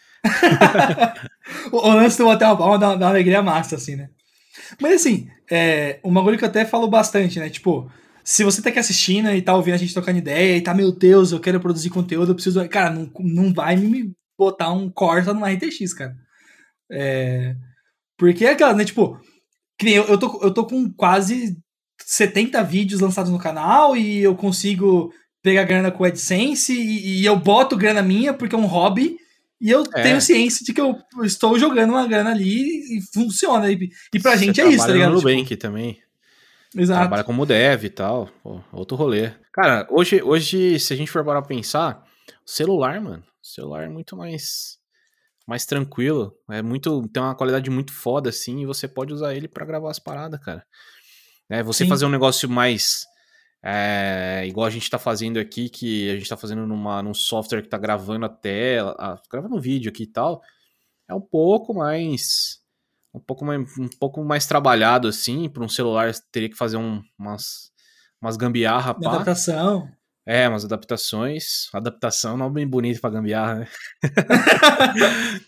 Speaker 2: O lance do bater uma palma dá uma alegria massa, assim, né? Mas assim, um bagulho que eu até falo bastante, né? Tipo, se você tá aqui assistindo e tá ouvindo a gente trocando ideia e tá, meu Deus, eu quero produzir conteúdo, eu preciso. Cara, não vai me botar um Corsa numa RTX, cara. Porque é aquela, né? Tipo, que nem eu tô com quase 70 vídeos lançados no canal e eu consigo pegar grana com AdSense e eu boto grana minha porque é um hobby. E eu tenho ciência de que eu estou jogando uma grana ali e funciona. E pra gente é isso, tá ligado?
Speaker 1: No Nubank também.
Speaker 2: Exato.
Speaker 1: Trabalha como dev e tal. Pô, outro rolê. Cara, hoje, se a gente for parar pra pensar, celular, mano. Celular é muito mais tranquilo. Tem uma qualidade muito foda, assim, e você pode usar ele pra gravar as paradas, cara. Você fazer um negócio mais... igual a gente tá fazendo aqui, que a gente tá fazendo num software que tá gravando a tela, gravando um vídeo aqui e tal, é um pouco mais trabalhado, assim. Para um celular teria que fazer umas gambiarra, pá.
Speaker 2: Adaptação.
Speaker 1: Umas adaptações. Adaptação não é bem bonito pra gambiarra, né?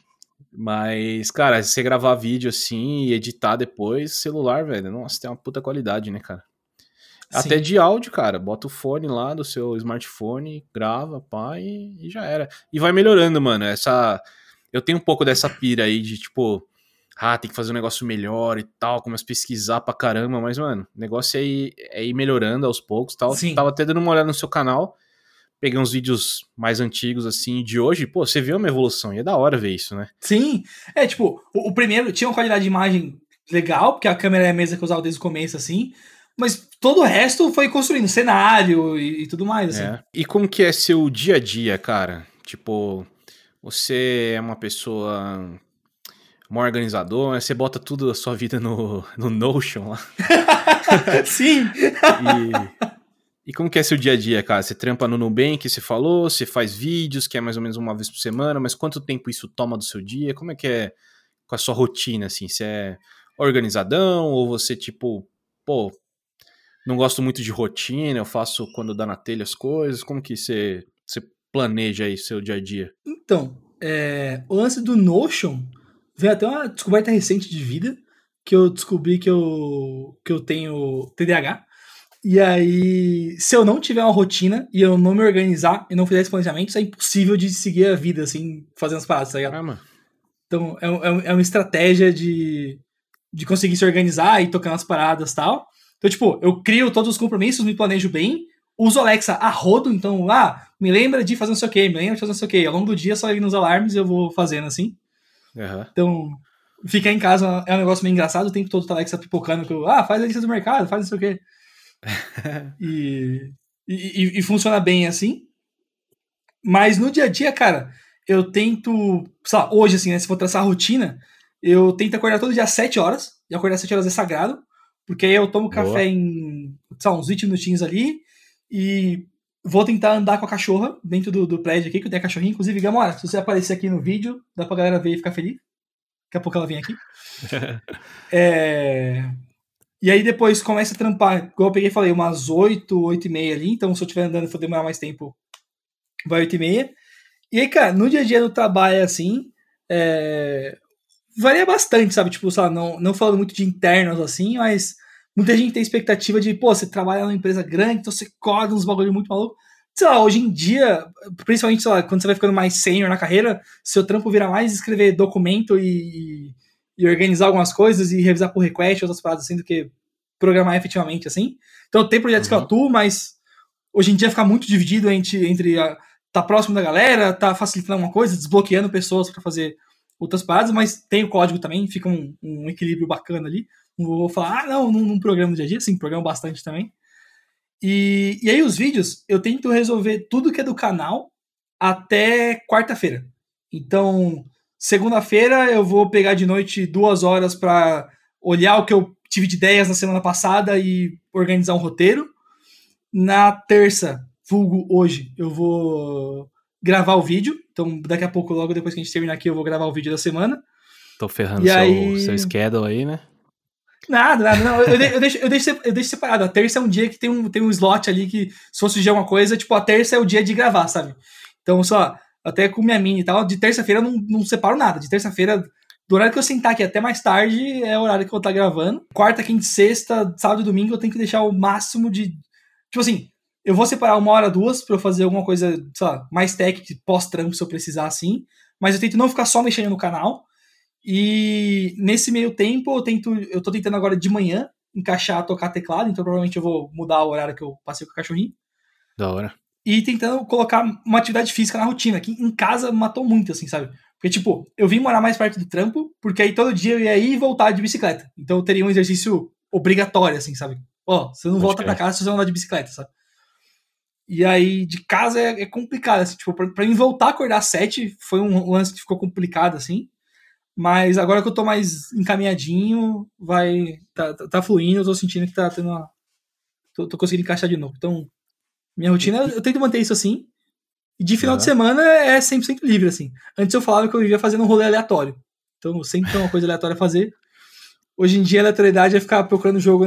Speaker 1: Mas, cara, se você gravar vídeo assim e editar depois, celular, velho, nossa, tem uma puta qualidade, né, cara? Até
Speaker 2: Sim.
Speaker 1: de áudio, cara. Bota o fone lá do seu smartphone, grava, pá, e já era. E vai melhorando, mano. Eu tenho um pouco dessa pira aí de, tipo, tem que fazer um negócio melhor e tal, começo a pesquisar pra caramba, mas, mano, o negócio é ir melhorando aos poucos e tal.
Speaker 2: Sim.
Speaker 1: Tava até dando uma olhada no seu canal, peguei uns vídeos mais antigos, assim, de hoje, pô, você viu uma evolução, e é da hora ver isso, né?
Speaker 2: Sim. Tipo, o primeiro tinha uma qualidade de imagem legal, porque a câmera é a mesma que eu usava desde o começo, assim. Mas todo o resto foi construindo cenário e tudo mais, assim.
Speaker 1: É. E como que é seu dia a dia, cara? Tipo, você é uma pessoa, um organizador, né? Você bota tudo a sua vida no Notion lá.
Speaker 2: Sim.
Speaker 1: E como que é seu dia a dia, cara? Você trampa no Nubank, você falou, você faz vídeos, que é mais ou menos uma vez por semana, mas quanto tempo isso toma do seu dia? Como é que é com a sua rotina, assim? Você é organizadão ou você, tipo, pô, não gosto muito de rotina, eu faço quando dá na telha as coisas? Como que você planeja aí seu dia a dia?
Speaker 2: Então, o lance do Notion veio até uma descoberta recente de vida, que eu descobri que eu tenho TDAH. E aí, se eu não tiver uma rotina e eu não me organizar e não fizer esse planejamento, isso é impossível de seguir a vida, assim, fazendo as paradas, tá ligado?
Speaker 1: Ah, mano.
Speaker 2: Então, é uma estratégia de conseguir se organizar e tocando as paradas e tal. Então, tipo, eu crio todos os compromissos, me planejo bem, uso Alexa a rodo, então, me lembra de fazer não sei o que, me lembra de fazer não sei o que. Ao longo do dia, só ir nos alarmes e eu vou fazendo assim.
Speaker 1: Uhum.
Speaker 2: Então, ficar em casa é um negócio meio engraçado, o tempo todo tá Alexa pipocando, que eu, faz a lista do mercado, faz não sei o que. E funciona bem assim. Mas no dia a dia, cara, eu tento, sei lá, hoje assim, né, se for traçar a rotina, eu tento acordar todo dia às 7 horas, e acordar às 7 horas é sagrado, porque aí eu tomo
Speaker 1: Boa.
Speaker 2: café em, sei lá, uns 20 minutinhos ali, e vou tentar andar com a cachorra dentro do prédio aqui, que eu tenho a cachorrinha, inclusive, Gamora, se você aparecer aqui no vídeo, dá pra galera ver e ficar feliz. Daqui a pouco ela vem aqui. E aí depois começa a trampar, igual eu peguei e falei, umas 8, 8 e meia ali, então se eu estiver andando e for demorar mais tempo, vai 8 e meia. E aí, cara, no dia a dia do trabalho, assim, varia bastante, sabe? Tipo, sei lá, não falando muito de internos, assim, mas muita gente tem expectativa de, pô, você trabalha numa empresa grande, então você corda uns bagulho muito maluco. Sei lá, hoje em dia, principalmente, sei lá, quando você vai ficando mais sênior na carreira, seu trampo vira mais escrever documento e organizar algumas coisas e revisar por request, outras paradas assim, do que programar efetivamente, assim. Então tem projetos que eu atuo, mas hoje em dia fica muito dividido entre tá próximo da galera, tá facilitando alguma coisa, desbloqueando pessoas para fazer outras paradas, mas tem o código também, fica um equilíbrio bacana ali. Não vou falar, não programa no dia a dia, sim, programa bastante também. E aí os vídeos, eu tento resolver tudo que é do canal até quarta-feira. Então, segunda-feira eu vou pegar de noite 2 horas para olhar o que eu tive de ideias na semana passada e organizar um roteiro. Na terça, vulgo hoje, eu vou gravar o vídeo. Então, daqui a pouco, logo depois que a gente terminar aqui, eu vou gravar o vídeo da semana.
Speaker 1: Tô ferrando
Speaker 2: E
Speaker 1: seu
Speaker 2: aí...
Speaker 1: schedule aí, né?
Speaker 2: Nada, não. Eu deixo separado. A terça é um dia que tem um slot ali que, se fosse surgir alguma coisa, tipo, a terça é o dia de gravar, sabe? Então, só, até com minha mini e tal, de terça-feira eu não separo nada. De terça-feira, do horário que eu sentar aqui até mais tarde, é o horário que eu vou estar gravando. Quarta, quinta, sexta, sábado e domingo, eu tenho que deixar o máximo de. Tipo assim, eu vou separar 1 hora, 2 pra eu fazer alguma coisa, sei lá, mais técnica, pós-trampo, se eu precisar assim. Mas eu tento não ficar só mexendo no canal. E nesse meio tempo eu tô tentando agora de manhã encaixar, tocar teclado, então provavelmente eu vou mudar o horário que eu passei com o cachorrinho.
Speaker 1: Da hora.
Speaker 2: E tentando colocar uma atividade física na rotina, que em casa matou muito, assim, sabe? Porque, tipo, eu vim morar mais perto do trampo, porque aí todo dia eu ia ir e voltar de bicicleta. Então eu teria um exercício obrigatório, assim, sabe? Você não volta pra casa se você não andar de bicicleta, sabe? E aí, de casa é complicado, assim, tipo, pra mim voltar a acordar às 7 foi um lance que ficou complicado, assim. Mas agora que eu tô mais encaminhadinho, tá fluindo, eu tô sentindo que tá tendo uma. Tô conseguindo encaixar de novo. Então, minha rotina, eu tento manter isso assim. E de final de semana é 100% livre, assim. Antes eu falava que eu vivia fazendo um rolê aleatório. Então, sempre tem uma coisa aleatória a fazer. Hoje em dia, a aleatoriedade é ficar procurando jogo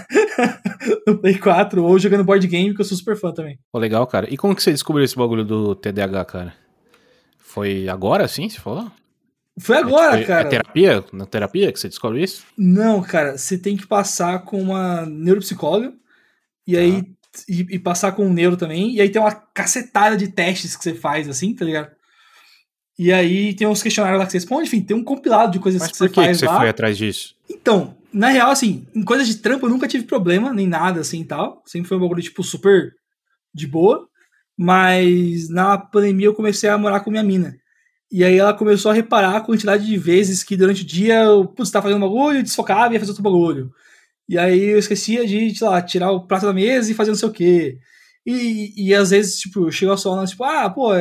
Speaker 2: no Play 4 ou jogando board game, que eu sou super fã também.
Speaker 1: Pô, legal, cara. E como que você descobriu esse bagulho do TDAH, cara? Foi agora, assim, você falou?
Speaker 2: Foi agora,
Speaker 1: É
Speaker 2: cara.
Speaker 1: terapia? Na terapia que você descobre isso?
Speaker 2: Não, cara, você tem que passar com uma neuropsicóloga e
Speaker 1: Tá.
Speaker 2: aí e passar com um neuro também, e aí tem uma cacetada de testes que você faz, assim, tá ligado? E aí tem uns questionários lá que você responde, enfim, tem um compilado de coisas
Speaker 1: Mas
Speaker 2: que você
Speaker 1: por que
Speaker 2: faz
Speaker 1: você foi
Speaker 2: lá.
Speaker 1: atrás disso?
Speaker 2: Então, na real, assim, em coisas de trampo eu nunca tive problema, nem nada assim e tal. Sempre foi um bagulho, tipo, super de boa. Mas na pandemia eu comecei a morar com minha mina. E aí ela começou a reparar a quantidade de vezes que durante o dia eu, putz, tava fazendo um bagulho, desfocava e ia fazer outro bagulho. E aí eu esquecia de, sei lá, tirar o prato da mesa e fazer não sei o quê. E às vezes, tipo, chegou a sola, tipo, pô,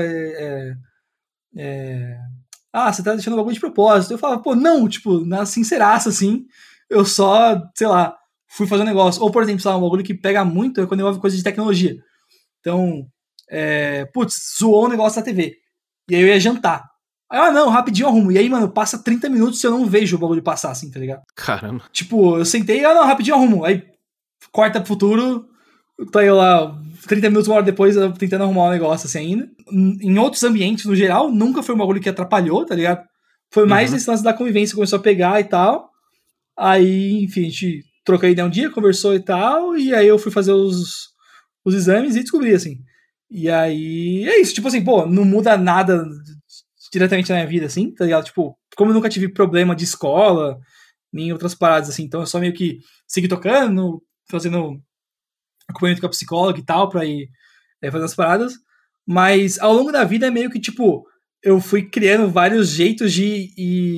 Speaker 2: você tá deixando o bagulho de propósito. Eu falava, pô, não, tipo, na sinceraça, assim, eu só, sei lá, fui fazer um negócio. Ou, por exemplo, sei lá, um bagulho que pega muito é quando envolve coisa de tecnologia. Então, putz, zoou o negócio na TV. E aí eu ia jantar. Aí, não, rapidinho eu arrumo. E aí, mano, passa 30 minutos e eu não vejo o bagulho passar, assim, tá ligado?
Speaker 1: Caramba.
Speaker 2: Tipo, eu sentei, não, rapidinho eu arrumo. Aí, corta pro futuro, tá eu lá, 30 minutos, uma hora depois, eu tentando arrumar um negócio assim ainda. Em outros ambientes, no geral, nunca foi um bagulho que atrapalhou, tá ligado? Foi mais
Speaker 1: Uhum.
Speaker 2: nesse lance da convivência, começou a pegar e tal. Aí, enfim, a gente trocou ideia um dia, conversou e tal, e aí eu fui fazer os exames e descobri, assim. E aí, é isso, tipo assim, pô, não muda nada diretamente na minha vida, assim, tá ligado? Tipo, como eu nunca tive problema de escola, nem outras paradas, assim, então eu só meio que segui tocando, fazendo acompanhamento com a psicóloga e tal, pra ir fazer as paradas. Mas ao longo da vida é meio que, tipo, eu fui criando vários jeitos de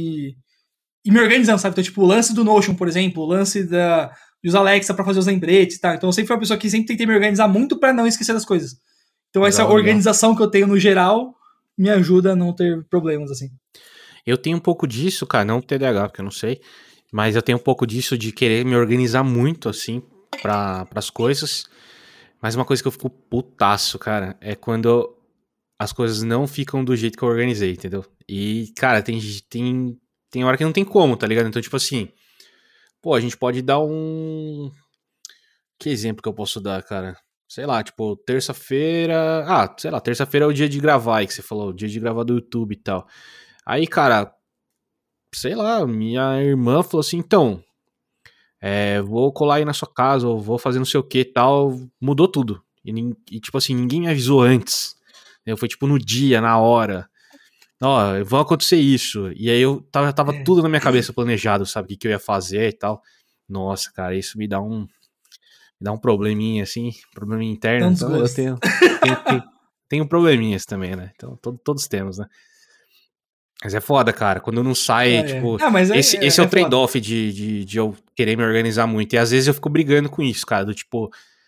Speaker 2: ir me organizando, sabe? Então, tipo, o lance do Notion, por exemplo, o lance de usar Alexa pra fazer os lembretes e tal. Então, eu sempre fui uma pessoa que sempre tentei me organizar muito pra não esquecer das coisas. Então, essa
Speaker 1: Legal, legal.
Speaker 2: organização que eu tenho no geral me ajuda a não ter problemas, assim.
Speaker 1: Eu tenho um pouco disso, cara, não TDAH, porque eu não sei, mas eu tenho um pouco disso de querer me organizar muito, assim, para as coisas. Mas uma coisa que eu fico putaço, cara, é quando as coisas não ficam do jeito que eu organizei, entendeu? E, cara, tem hora que não tem como, tá ligado? Então, tipo assim, pô, a gente pode dar um. Que exemplo que eu posso dar, cara? Sei lá, tipo, terça-feira. Ah, sei lá, terça-feira é o dia de gravar aí que você falou, o dia de gravar do YouTube e tal. Aí, cara, sei lá, minha irmã falou assim, então, vou colar aí na sua casa, ou vou fazer não sei o que e tal, mudou tudo. E, tipo assim, ninguém me avisou antes. Foi tipo no dia, na hora. Ó, vai acontecer isso. E aí tava tudo na minha cabeça planejado, sabe, o que eu ia fazer e tal. Nossa, cara, isso me dá um probleminha, assim, probleminha
Speaker 2: Dá um
Speaker 1: interno. Então eu
Speaker 2: desgosto.
Speaker 1: tenho probleminhas também, né? Então todos temos, né? Mas é foda, cara. Quando não sai, tipo.
Speaker 2: Mas
Speaker 1: Esse é o
Speaker 2: foda.
Speaker 1: trade-off de eu querer me organizar muito. E às vezes eu fico brigando com isso, cara. Do tipo,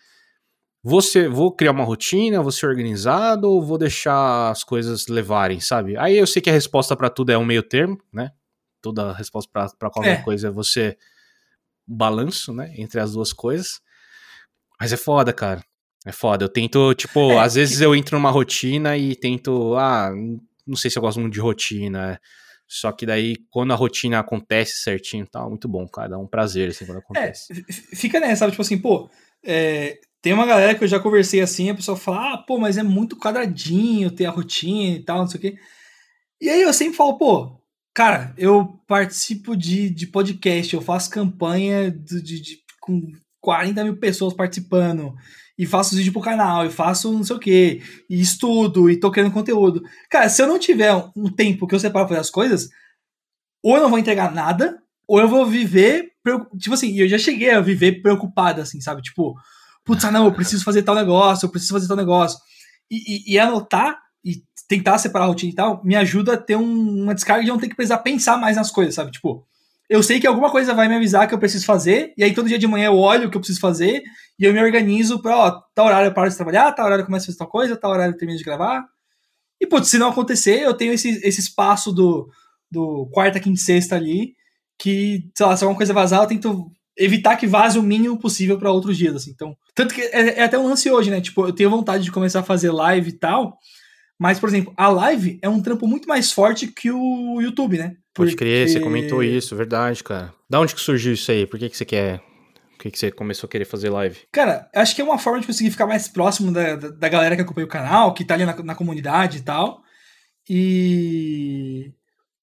Speaker 1: vou criar uma rotina, vou ser organizado ou vou deixar as coisas levarem, sabe? Aí eu sei que a resposta pra tudo é um meio termo, né? Toda resposta pra qualquer
Speaker 2: É,
Speaker 1: coisa é você balanço, né? Entre as duas coisas. Mas é foda, cara. É foda. Eu tento, tipo, às vezes eu entro numa rotina e tento. Não sei se eu gosto muito de rotina. Só que daí, quando a rotina acontece certinho e tal, muito bom, cara. Dá um prazer, assim, quando acontece.
Speaker 2: fica nessa, sabe? Tipo assim, pô, tem uma galera que eu já conversei assim, a pessoa fala, pô, mas é muito quadradinho ter a rotina e tal, não sei o quê. E aí eu sempre falo, pô, cara, eu participo de podcast, eu faço campanha com 40 mil pessoas participando, e faço vídeo pro canal, e faço não sei o quê, e estudo, e tô criando conteúdo. Cara, se eu não tiver um tempo que eu separo pra fazer as coisas, ou eu não vou entregar nada, ou eu vou viver. Tipo assim, eu já cheguei a viver preocupado, assim, sabe? Tipo, putz, não, eu preciso fazer tal negócio, eu preciso fazer tal negócio. E anotar e tentar separar a rotina e tal, me ajuda a ter uma descarga de não ter que precisar pensar mais nas coisas, sabe? Tipo, eu sei que alguma coisa vai me avisar que eu preciso fazer, e aí todo dia de manhã eu olho o que eu preciso fazer, e eu me organizo pra, ó, tal horário eu paro de trabalhar, tal horário eu começo a fazer tal coisa, tal horário eu termino de gravar. E, putz, se não acontecer, eu tenho esse espaço do quarta, quinta e sexta ali, que, sei lá, se alguma coisa vazar, eu tento evitar que vaze o mínimo possível para outros dias, assim. Então, tanto que é até um lance hoje, né? Tipo, eu tenho vontade de começar a fazer live e tal, mas, por exemplo, a live é um trampo muito mais forte que o YouTube, né?
Speaker 1: Pode crer, você comentou
Speaker 2: Porque,
Speaker 1: isso, verdade, cara. Da onde que surgiu isso aí? Por que você quer. Por que você começou a querer fazer live?
Speaker 2: cara, acho que é uma forma de conseguir ficar mais próximo da galera que acompanha o canal, que tá ali na comunidade e tal. E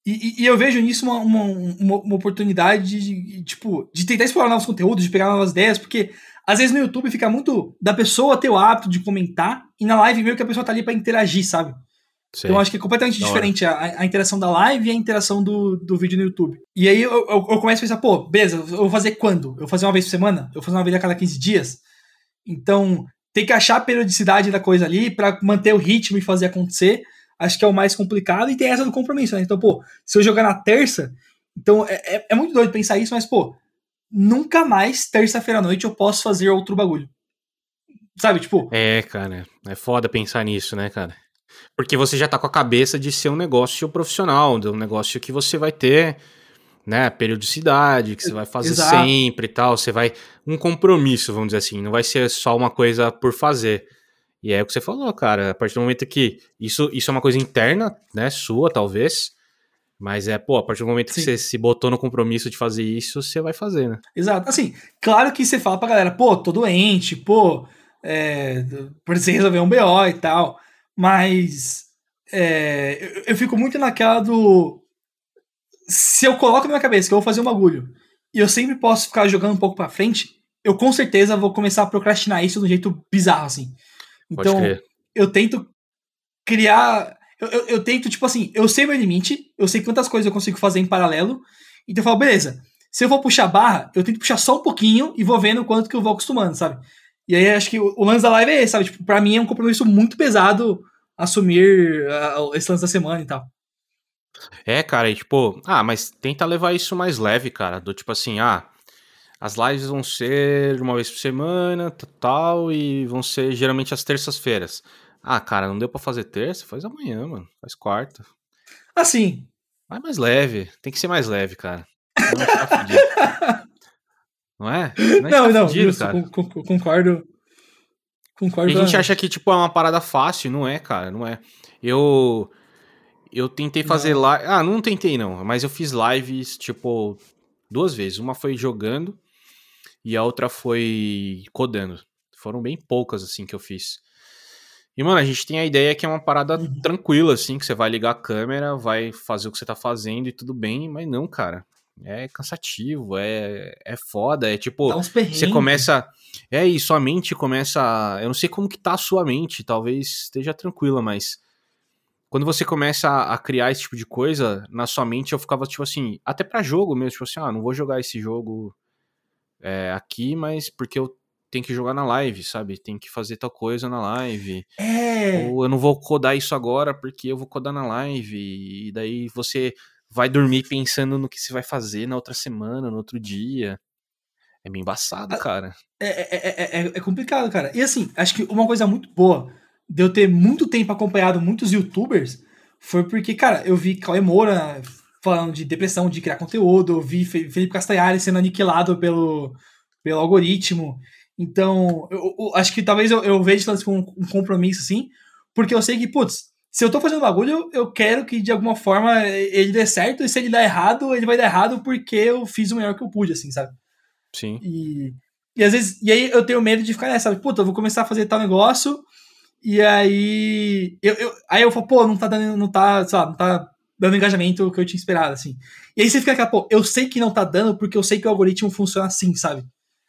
Speaker 2: E eu vejo nisso uma oportunidade tipo, de tentar explorar novos conteúdos, de pegar novas ideias, porque às vezes no YouTube fica muito da pessoa ter o hábito de comentar, e na live meio que a pessoa tá ali pra interagir, sabe? Então
Speaker 1: Sei.
Speaker 2: acho que é completamente
Speaker 1: Da hora.
Speaker 2: diferente a interação da live e a interação do vídeo no YouTube. E aí eu começo a pensar, pô, beleza, eu vou fazer quando? Eu vou fazer uma vez por semana? Eu vou fazer uma vez a cada 15 dias? Então, tem que achar a periodicidade da coisa ali pra manter o ritmo e fazer acontecer. Acho que é o mais complicado. E tem essa do compromisso, né? Então, pô, se eu jogar na terça, então é muito doido pensar isso, mas, pô, nunca mais, terça-feira à noite, eu posso fazer outro bagulho. Sabe, tipo,
Speaker 1: É, cara, é foda pensar nisso, né, cara? Porque você já tá com a cabeça de ser um negócio profissional, de um negócio que você vai ter, né, periodicidade, que você vai fazer
Speaker 2: exato.
Speaker 1: sempre e tal, você vai um compromisso, vamos dizer assim, não vai ser só uma coisa por fazer. E é o que você falou, cara, a partir do momento que isso é uma coisa interna, né, sua talvez, mas pô, a partir do momento que
Speaker 2: Sim,
Speaker 1: você se botou no compromisso de fazer isso, você vai fazer, né?
Speaker 2: exato. Assim, claro que você fala pra galera, pô, tô doente, pô, é, precisei resolver um BO e tal, mas eu fico muito naquela do se eu coloco na minha cabeça que eu vou fazer um bagulho e eu sempre posso ficar jogando um pouco pra frente, eu com certeza vou começar a procrastinar isso de um jeito bizarro, assim.
Speaker 1: Pode
Speaker 2: Então,
Speaker 1: crer.
Speaker 2: eu tento criar. Eu tento, tipo assim, eu sei meu limite, eu sei quantas coisas eu consigo fazer em paralelo, então eu falo, beleza, se eu vou puxar barra, eu tento puxar só um pouquinho e vou vendo o quanto que eu vou acostumando, sabe? E aí acho que o lance da live é esse, sabe? Tipo, pra mim é um compromisso muito pesado assumir esse lance da semana e tal.
Speaker 1: É, cara, e tipo, mas tenta levar isso mais leve, cara, do tipo assim, as lives vão ser uma vez por semana, tal, e vão ser geralmente às terças-feiras. Ah, cara, não deu pra fazer terça? Faz amanhã, mano. Faz quarta.
Speaker 2: Assim.
Speaker 1: Vai mais leve. Tem que ser mais leve, cara. Senão a gente tá fudido. Não é? Senão a gente tá
Speaker 2: Não, não,
Speaker 1: fudido,
Speaker 2: justo,
Speaker 1: cara.
Speaker 2: concordo,
Speaker 1: E
Speaker 2: concordo
Speaker 1: a gente acha
Speaker 2: plenamente.
Speaker 1: que, tipo, é uma parada fácil. Não é, cara. Não é. Eu, eu tentei fazer
Speaker 2: Não.
Speaker 1: live. Ah, não tentei, não. Mas eu fiz lives, tipo, duas vezes. Uma foi jogando e a outra foi codando. Foram bem poucas, assim, que eu fiz. E, mano, a gente tem a ideia que é uma parada
Speaker 2: Uhum.
Speaker 1: tranquila, assim, que você vai ligar a câmera, vai fazer o que você tá fazendo e tudo bem, mas não, cara. É cansativo, é foda, é
Speaker 2: Dá
Speaker 1: tipo,
Speaker 2: uns
Speaker 1: você
Speaker 2: perrengues.
Speaker 1: começa. E sua mente começa. Eu não sei como que tá a sua mente, talvez esteja tranquila, mas quando você começa a criar esse tipo de coisa, na sua mente eu ficava, tipo assim, até pra jogo mesmo, tipo assim, não vou jogar esse jogo aqui, mas porque eu tenho que jogar na live, sabe? Tem que fazer tal coisa na live.
Speaker 2: É.
Speaker 1: Ou eu não vou codar isso agora porque eu vou codar na live. E daí você vai dormir pensando no que você vai fazer na outra semana, no outro dia. É meio embaçado, cara.
Speaker 2: É complicado, cara. E assim, acho que uma coisa muito boa de eu ter muito tempo acompanhado muitos youtubers foi porque, cara, eu vi Cauê Moura falando de depressão, de criar conteúdo, eu vi Felipe Castanhari sendo aniquilado pelo algoritmo. Então, eu acho que talvez eu veja esse lance com um compromisso, assim, porque eu sei que, putz, se eu tô fazendo bagulho, eu quero que de alguma forma ele dê certo, e se ele der errado, ele vai dar errado porque eu fiz o melhor que eu pude, assim, sabe?
Speaker 1: Sim.
Speaker 2: E, e às vezes, e aí eu tenho medo de ficar nessa, sabe? Puta, eu vou começar a fazer tal negócio, e aí aí eu falo, pô, não tá dando, não tá, sei lá, não tá dando engajamento que eu tinha esperado, assim. E aí você fica naquela, pô, eu sei que não tá dando porque eu sei que o algoritmo funciona assim, sabe?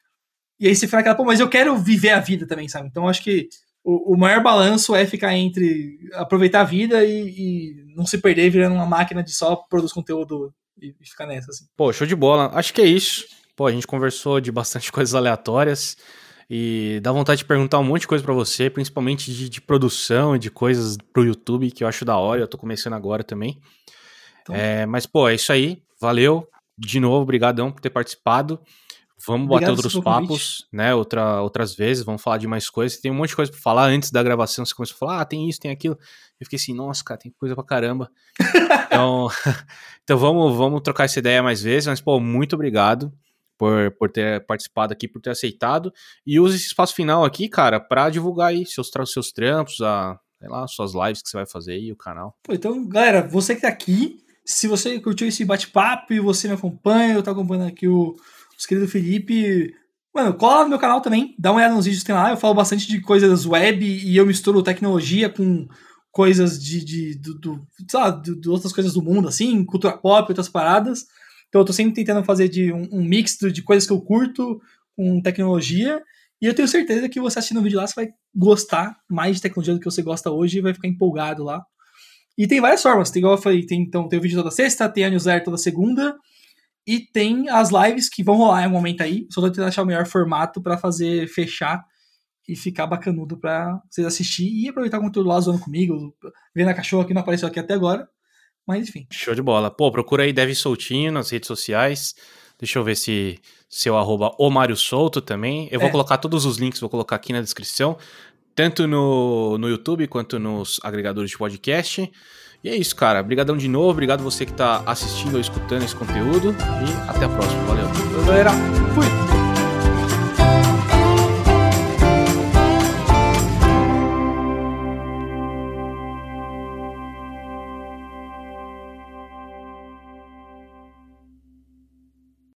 Speaker 2: E aí você fica naquela, pô, mas eu quero viver a vida também, sabe? Então eu acho que o maior balanço é ficar entre aproveitar a vida e não se perder virando uma máquina de só produzir conteúdo e ficar nessa, assim.
Speaker 1: Pô, show de bola. Acho que é isso. Pô, a gente conversou de bastante coisas aleatórias. E dá vontade de perguntar um monte de coisa pra você, principalmente de produção e de coisas pro YouTube, que eu acho da hora. Eu tô começando agora também.
Speaker 2: Então,
Speaker 1: Mas, pô, é isso aí. Valeu. De novo, obrigadão por ter participado. Vamos bater
Speaker 2: obrigado
Speaker 1: outros
Speaker 2: pelo convite.
Speaker 1: papos, né? Outras vezes, vamos falar de mais coisas. Tem um monte de coisa pra falar. Antes da gravação, você começou a falar, tem isso, tem aquilo. Eu fiquei assim, nossa, cara, tem coisa pra caramba. Então, então vamos trocar essa ideia mais vezes. Mas, pô, muito obrigado por ter participado aqui, por ter aceitado. E use esse espaço final aqui, cara, pra divulgar aí seus trampos, sei lá, suas lives que você vai fazer aí, o canal.
Speaker 2: Pô, então, galera, você que tá aqui, se você curtiu esse bate-papo e você me acompanha, eu tô acompanhando aqui os queridos Felipe. Mano, cola no meu canal também, dá uma olhada nos vídeos que tem lá. Eu falo bastante de coisas web e eu misturo tecnologia coisas de outras coisas do mundo, assim, cultura pop, outras paradas. Então eu tô sempre tentando fazer um mix de coisas que eu curto com tecnologia. E eu tenho certeza que você assistindo o vídeo lá, você vai gostar mais de tecnologia do que você gosta hoje e vai ficar empolgado lá. E tem várias formas, tem, igual eu falei, tem o vídeo toda sexta, tem a newsletter toda segunda, e tem as lives que vão rolar em um momento aí. Só tô tentando achar o melhor formato pra fazer, fechar e ficar bacanudo pra vocês assistir e aproveitar o conteúdo lá zoando comigo, vendo a cachorra que não apareceu aqui até agora. Mas enfim.
Speaker 1: Show de bola. Pô, procura aí Dev Soltinho nas redes sociais. Deixa eu ver se seu @omariosolto também. Eu vou colocar todos os links, vou colocar aqui na descrição. Tanto no YouTube quanto nos agregadores de podcast. E é isso, cara. Obrigadão de novo. Obrigado você que tá assistindo ou escutando esse conteúdo. E até a próxima. Valeu.
Speaker 2: Galera, fui!